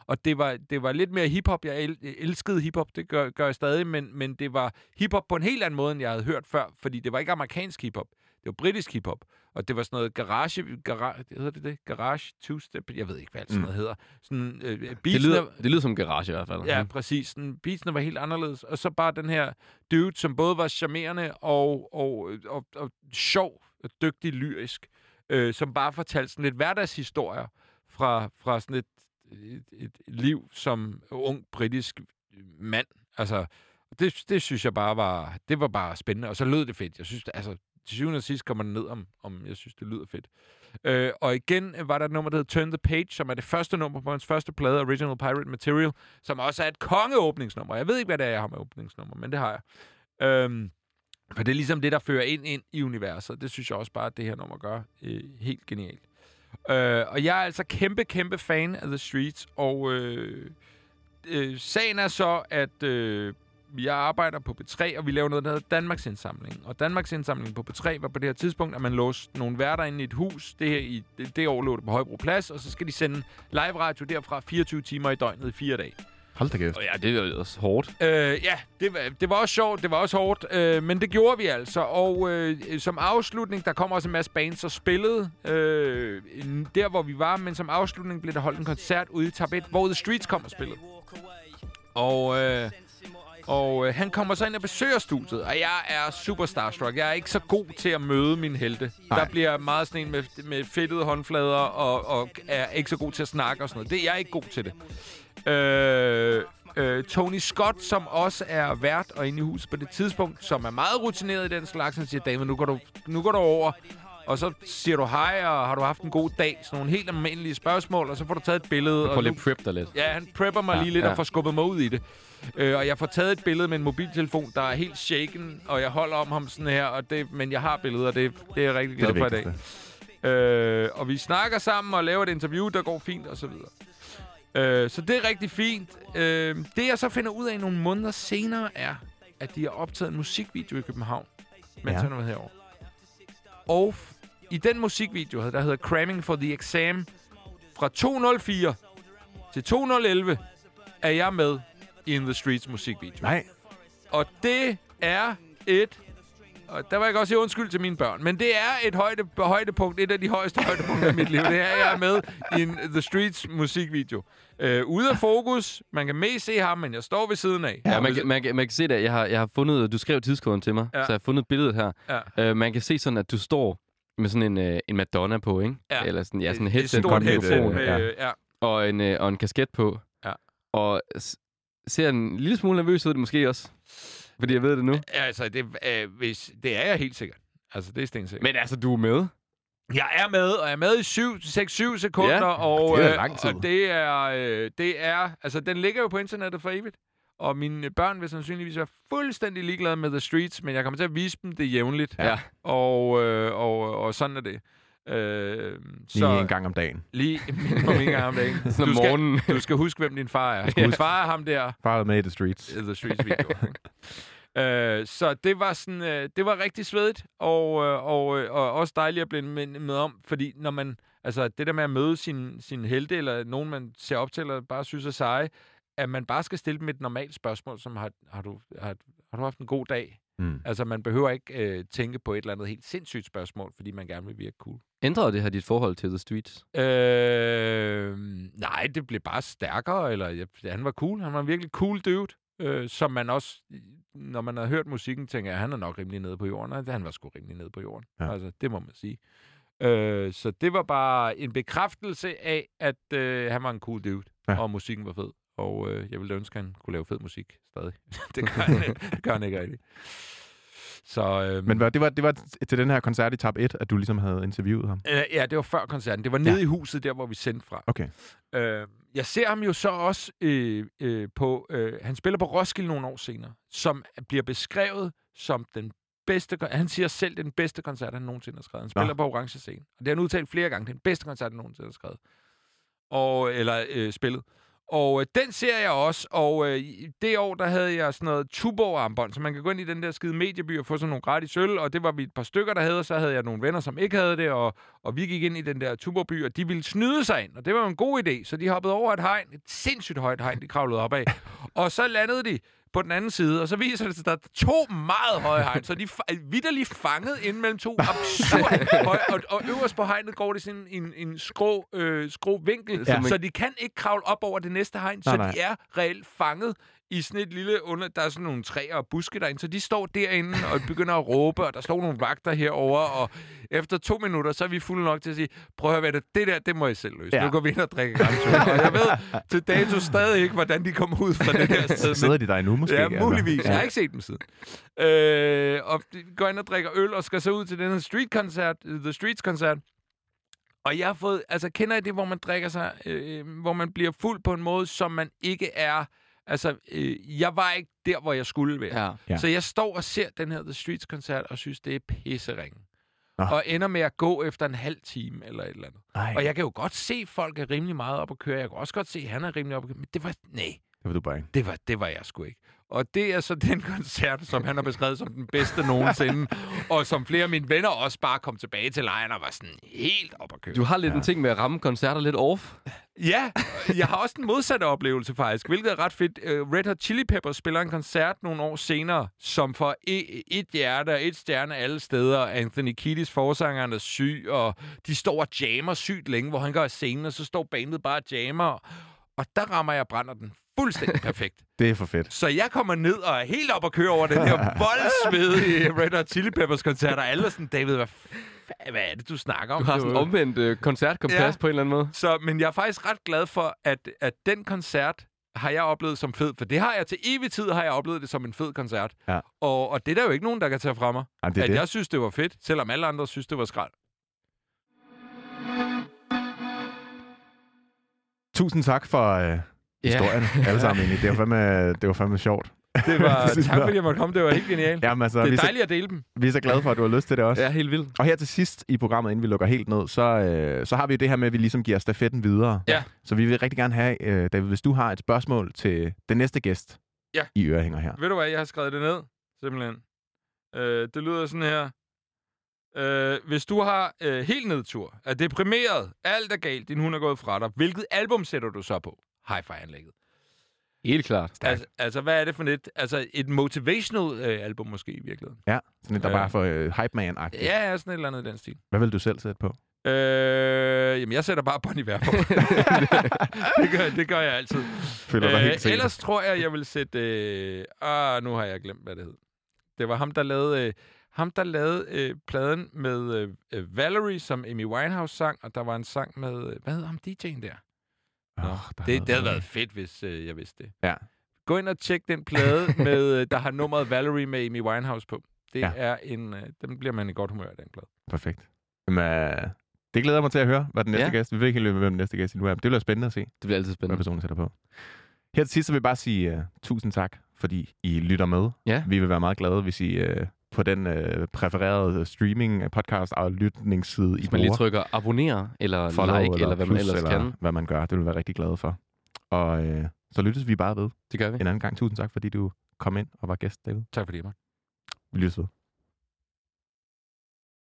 Speaker 1: Og det var, det var lidt mere hiphop. Jeg el- elskede hiphop, det gør, gør jeg stadig, men, men det var hiphop på en helt anden måde, end jeg havde hørt før, fordi det var ikke amerikansk hiphop. Det var britisk hiphop. Og det var sådan noget garage... garage hedder det det? Garage two-step? Jeg ved ikke, hvad alt sådan noget mm. hedder. Sådan, øh,
Speaker 3: det, lyder, det lyder som garage i hvert fald.
Speaker 1: Ja, præcis. Sådan, beatsene var helt anderledes. Og så bare den her dude, som både var charmerende og, og, og, og sjov og dygtig lyrisk, øh, som bare fortalte sådan lidt hverdagshistorier fra, fra sådan et, et, et liv som ung britisk mand. Altså, det, det synes jeg bare var... Det var bare spændende. Og så lød det fedt. Jeg synes, altså... Til syvende og sidst kommer det ned om, om jeg synes, det lyder fedt. Øh, og igen var der et nummer, der hedder Turn the Page, som er det første nummer på hans første plade, Original Pirate Material, som også er et kongeåbningsnummer. Jeg ved ikke, hvad det er, jeg har med åbningsnummer, men det har jeg. Øhm, for det er ligesom det, der fører ind, ind i universet. Det synes jeg også bare, at det her nummer gør øh, helt genialt. Øh, og jeg er altså kæmpe, kæmpe fan af The Streets, og øh, øh, sagen er så, at... Øh, jeg arbejder på P tre, og vi laver noget, der hedder Danmarks Indsamling. Og Danmarks Indsamling på P tre var på det her tidspunkt, at man låste nogle værter inde i et hus. Det her i det, det år lå det på Højbro Plads, og så skal de sende live radio derfra fireogtyve timer i døgnet i fire dage.
Speaker 4: Hold da kæft.
Speaker 3: Og ja, det er også hårdt.
Speaker 1: Øh, ja, det var, det var også sjovt, det var også hårdt, øh, men det gjorde vi altså. Og øh, som afslutning, der kom også en masse bands og spillede øh, der, hvor vi var, men som afslutning blev der holdt en koncert ude i Tab et, hvor The Streets kom og spillede. Og... Øh, Og øh, han kommer så ind og besøger studiet, og jeg er super starstruck. Jeg er ikke så god til at møde mine helte. Nej. Der bliver meget sådan en med, med fedtede håndflader, og, og er ikke så god til at snakke og sådan noget. Det, jeg er ikke god til det. Øh, øh, Tony Scott, som også er vært og inde i huset på det tidspunkt, som er meget rutineret i den slags, han siger, David, nu går du, nu går du over. Og så siger du hej, og har du haft en god dag? Sådan nogle helt almindelige spørgsmål, og så får du taget et billede.
Speaker 3: Du får lidt prep dig lidt.
Speaker 1: Ja, han prepper mig ja, lige lidt ja. og får skubbet mig ud i det. Øh, og jeg får taget et billede med en mobiltelefon, der er helt shaken, og jeg holder om ham sådan her, og det, men jeg har billeder, og det, det er jeg rigtig glad for i dag. Øh, og vi snakker sammen og laver et interview, der går fint, og så videre. Øh, så det er rigtig fint. Øh, det jeg så finder ud af nogle måneder senere, er, at de har optaget en musikvideo i København, mens ja. han var herovre. Og i den musikvideo, der hedder Cramming for the Exam, fra to nul fire til to nul elleve, er jeg med i In The Streets musikvideo. Nej. Og det er et... Og der var jeg også sige undskyld til mine børn, men det er et højde, højdepunkt, et af de højeste højdepunkter i mit liv. Det er, jeg er med i en The Streets musikvideo. Øh, ude af fokus, man kan mest se ham, men jeg står ved siden af.
Speaker 3: Ja, man, kan, man, kan, man kan se det. Jeg har, jeg har fundet, du skrev tidskoden til mig, ja. så jeg har fundet billedet her. Ja. Øh, man kan se sådan, at du står med sådan en, en Madonna på, ikke? Ja. Eller sådan, ja, sådan en headset,
Speaker 1: et headset
Speaker 3: med,
Speaker 1: ja. Ja.
Speaker 3: Og, en, og en kasket på. Ja. Og ser en lille smule nervøs ud, det måske også. Fordi jeg ved det nu.
Speaker 1: Altså, det, øh, hvis, det er jeg helt sikkert. Altså, det er stensikkert.
Speaker 3: Men altså, du er med?
Speaker 1: Jeg er med, og jeg er med i seks syv sekunder. Ja, og,
Speaker 3: det er lang tid.
Speaker 1: Og det er, øh, det er... Altså, den ligger jo på internettet for evigt. Og mine børn vil sandsynligvis være fuldstændig ligeglade med The Streets, men jeg kommer til at vise dem det jævnligt. Ja. Og, øh, og, og sådan er det. Øh,
Speaker 4: så lige en gang om dagen.
Speaker 1: Lige en gang om dagen.
Speaker 3: Du skal,
Speaker 1: du skal huske, hvem din far er. Din far er ham der.
Speaker 4: Far er med i The Streets.
Speaker 1: The Streets video. øh, så det var sådan, øh, det var rigtig svedigt, og, øh, og, øh, og også dejligt at blive med, med om, fordi når man, altså det der med at møde sin, sin helte, eller nogen man ser op til, eller bare synes er seje, at man bare skal stille dem et normalt spørgsmål, som har, har, du, har, har du haft en god dag? Mm. Altså, man behøver ikke øh, tænke på et eller andet helt sindssygt spørgsmål, fordi man gerne vil virke cool.
Speaker 3: Ændrede det her dit forhold til The Streets?
Speaker 1: Øh, nej, det blev bare stærkere, eller ja, han var cool. Han var en virkelig cool dude, øh, som man også, når man har hørt musikken, tænker jeg, han er nok rimelig nede på jorden. Og han var sgu rimelig nede på jorden. Ja. Altså, det må man sige. Øh, så det var bare en bekræftelse af, at øh, han var en cool dude, ja. Og musikken var fed. Og øh, jeg ville ønske, at han kunne lave fed musik stadig. det, gør han, det gør han ikke rigtigt. Så, øhm,
Speaker 4: Men det var, det var til den her koncert i Tab et, at du ligesom havde interviewet ham?
Speaker 1: Øh, ja, det var før koncerten. Det var nede ja. i huset, der hvor vi sendte fra.
Speaker 4: Okay.
Speaker 1: Øh, jeg ser ham jo så også øh, øh, på... Øh, han spiller på Roskilde nogle år senere, som bliver beskrevet som den bedste... Han siger selv, det er den bedste koncert, han nogensinde har skrevet. Han spiller Nå. på Orange Scene. Og det har han udtalt flere gange. Det er den bedste koncert, han nogensinde har skrevet. Og, eller øh, spillet. Og øh, den ser jeg også, og øh, det år, der havde jeg sådan noget Tuborg-armbånd, så man kan gå ind i den der skide medieby og få sådan nogle gratis øl, og det var vi et par stykker, der havde, og så havde jeg nogle venner, som ikke havde det, og, og vi gik ind i den der Tuborg-by, og de ville snyde sig ind, og det var jo en god idé, så de hoppede over et hegn, et sindssygt højt hegn, de kravlede op af, og så landede de på den anden side, og så viser det sig, at der er to meget høje hegn, så de er vitterligt fanget inden mellem to absurd høje, og, og øverst på hegnet går det sådan en, en skrå, øh, skrå vinkel, ja. Så de kan ikke kravle op over det næste hegn, nej, så nej. De er reelt fanget i sådan et lille under, der er sådan nogle træer og buske derinde, så de står derinde og begynder at råbe, og der står nogle vagter herover, og efter to minutter, så er vi fulde nok til at sige, prøv at høre, det, det der, det må I selv løse. Ja. Nu går vi ind og drikker grænsøl. Og jeg ved til dato stadig ikke, hvordan de kommer ud fra det der sted.
Speaker 4: Sidder de der endnu måske?
Speaker 1: Ja, muligvis. Ja. Jeg har ikke set dem siden. Øh, og de går ind og drikker øl, og skal så ud til den her street-koncert, The Streets-koncert. Og jeg har fået, altså kender I det, hvor man drikker sig, øh, hvor man bliver fuld på en måde, som man ikke er. Altså, øh, jeg var ikke der, hvor jeg skulle være.
Speaker 3: Ja.
Speaker 1: Ja. Så jeg står og ser den her The Streets-koncert, og synes, det er pisseringen. Oh. Og ender med at gå efter en halv time, eller et eller andet. Ej. Og jeg kan jo godt se, at folk er rimelig meget op at køre. Jeg kan også godt se, at han er rimelig op at køre. Men det var, nej.
Speaker 4: Det var du bare ikke.
Speaker 1: Det var, det var jeg sgu ikke. Og det er så den koncert, som han har beskrevet som den bedste nogensinde. Og som flere af mine venner også bare kom tilbage til lejren og var sådan helt op at køre.
Speaker 3: Du har lidt
Speaker 1: ja.
Speaker 3: en ting med at ramme koncerter lidt off.
Speaker 1: Ja, jeg har også den modsatte oplevelse faktisk, hvilket er ret fedt. Uh, Red Hot Chili Peppers spiller en koncert nogle år senere, som får et, et hjerte og et stjerne alle steder. Anthony Kiedis, forsangeren, er syg, og de står og jammer sygt længe, hvor han går af scenen, og så står bandet bare og jammer. Og der rammer jeg brænder den fuldstændig perfekt.
Speaker 4: Det er for fedt.
Speaker 1: Så jeg kommer ned og er helt op at køre over den her voldsvedige Red Hot Chili Peppers koncert, og alle er sådan, David, hvad, f- hvad er det, du snakker om?
Speaker 3: Du har sådan en omvendt øh, koncertkompas ja. På en eller anden måde.
Speaker 1: Så, men jeg er faktisk ret glad for, at, at den koncert har jeg oplevet som fed, for det har jeg til evig tid, har jeg oplevet det som en fed koncert. Ja. Og, og det er der jo ikke nogen, der kan tage fra mig. Ja, det at det. Jeg synes, det var fedt, selvom alle andre synes, det var skrald.
Speaker 4: Tusind tak for øh, historien, yeah. alle sammen egentlig. Det var fandme, det var fandme sjovt.
Speaker 1: Det var, tak fordi jeg måtte komme, det var helt genialt.
Speaker 4: Jamen, altså,
Speaker 1: det er dejligt at dele dem.
Speaker 4: Vi er så glade for, at du har lyst til det også.
Speaker 3: Ja, helt vildt.
Speaker 4: Og her til sidst i programmet, inden vi lukker helt ned, så, øh, så har vi det her med, at vi ligesom giver stafetten videre.
Speaker 1: Ja.
Speaker 4: Så vi vil rigtig gerne have, øh, David, hvis du har et spørgsmål til den næste gæst
Speaker 1: ja.
Speaker 4: i Ørehænger her.
Speaker 1: Ved du hvad, jeg har skrevet det ned, simpelthen. Øh, det lyder sådan her. Øh, hvis du har øh, helt nedtur, er deprimeret, alt er galt, din hund er gået fra dig, hvilket album sætter du så på? Hi-Fi-anlægget.
Speaker 3: Helt klart.
Speaker 1: Altså, altså, hvad er det for et? Altså, et motivational øh, album måske i virkeligheden.
Speaker 4: Ja, sådan et, der øh. bare for øh, hype man-agtigt.
Speaker 1: Ja, ja, sådan et eller andet i den stil.
Speaker 4: Hvad vil du selv sætte på?
Speaker 1: Øh, jamen, jeg sætter bare Bon Iver på. det, gør, det gør jeg altid.
Speaker 4: Føler dig
Speaker 1: øh,
Speaker 4: helt
Speaker 1: ellers sikker. Tror jeg, jeg vil sætte... Øh, ah, nu har jeg glemt, hvad det hed. Det var ham, der lavede... Øh, ham, der lavede øh, pladen med øh, Valerie, som Amy Winehouse sang, og der var en sang med... Øh, hvad hedder ham, D J'en der? Nå, oh, der det, det havde været fedt, hvis øh, jeg vidste det. Ja. Gå ind og tjek den plade, med, øh, der har nummeret Valerie med Amy Winehouse på. Det ja. er en... Øh, den bliver man i godt humør af, den plade.
Speaker 4: Perfekt. Jamen, øh, det glæder mig til at høre, hvad den næste ja. gæst... Vi vil ikke løbe, hvem den næste gæst nu er. Det bliver spændende at se. Det
Speaker 3: bliver altid spændende.
Speaker 4: Hvad personen sætter på. Her til sidst vil jeg bare sige uh, tusind tak, fordi I lytter med.
Speaker 3: Ja.
Speaker 4: Vi vil være meget glade, hvis I... Uh, på den øh, præfererede streaming, podcast og lytningsside
Speaker 3: Hvis
Speaker 4: i
Speaker 3: man lige trykker abonner, eller
Speaker 4: follow,
Speaker 3: like, eller, eller hvad man ellers
Speaker 4: eller
Speaker 3: kan.
Speaker 4: hvad man gør. Det vil vi være rigtig glade for. Og øh, så lyttes vi bare ved.
Speaker 3: Det gør vi.
Speaker 4: En anden gang. Tusind tak, fordi du kom ind og var gæst, David.
Speaker 1: Tak fordi jeg var.
Speaker 4: Vi lyttes ved.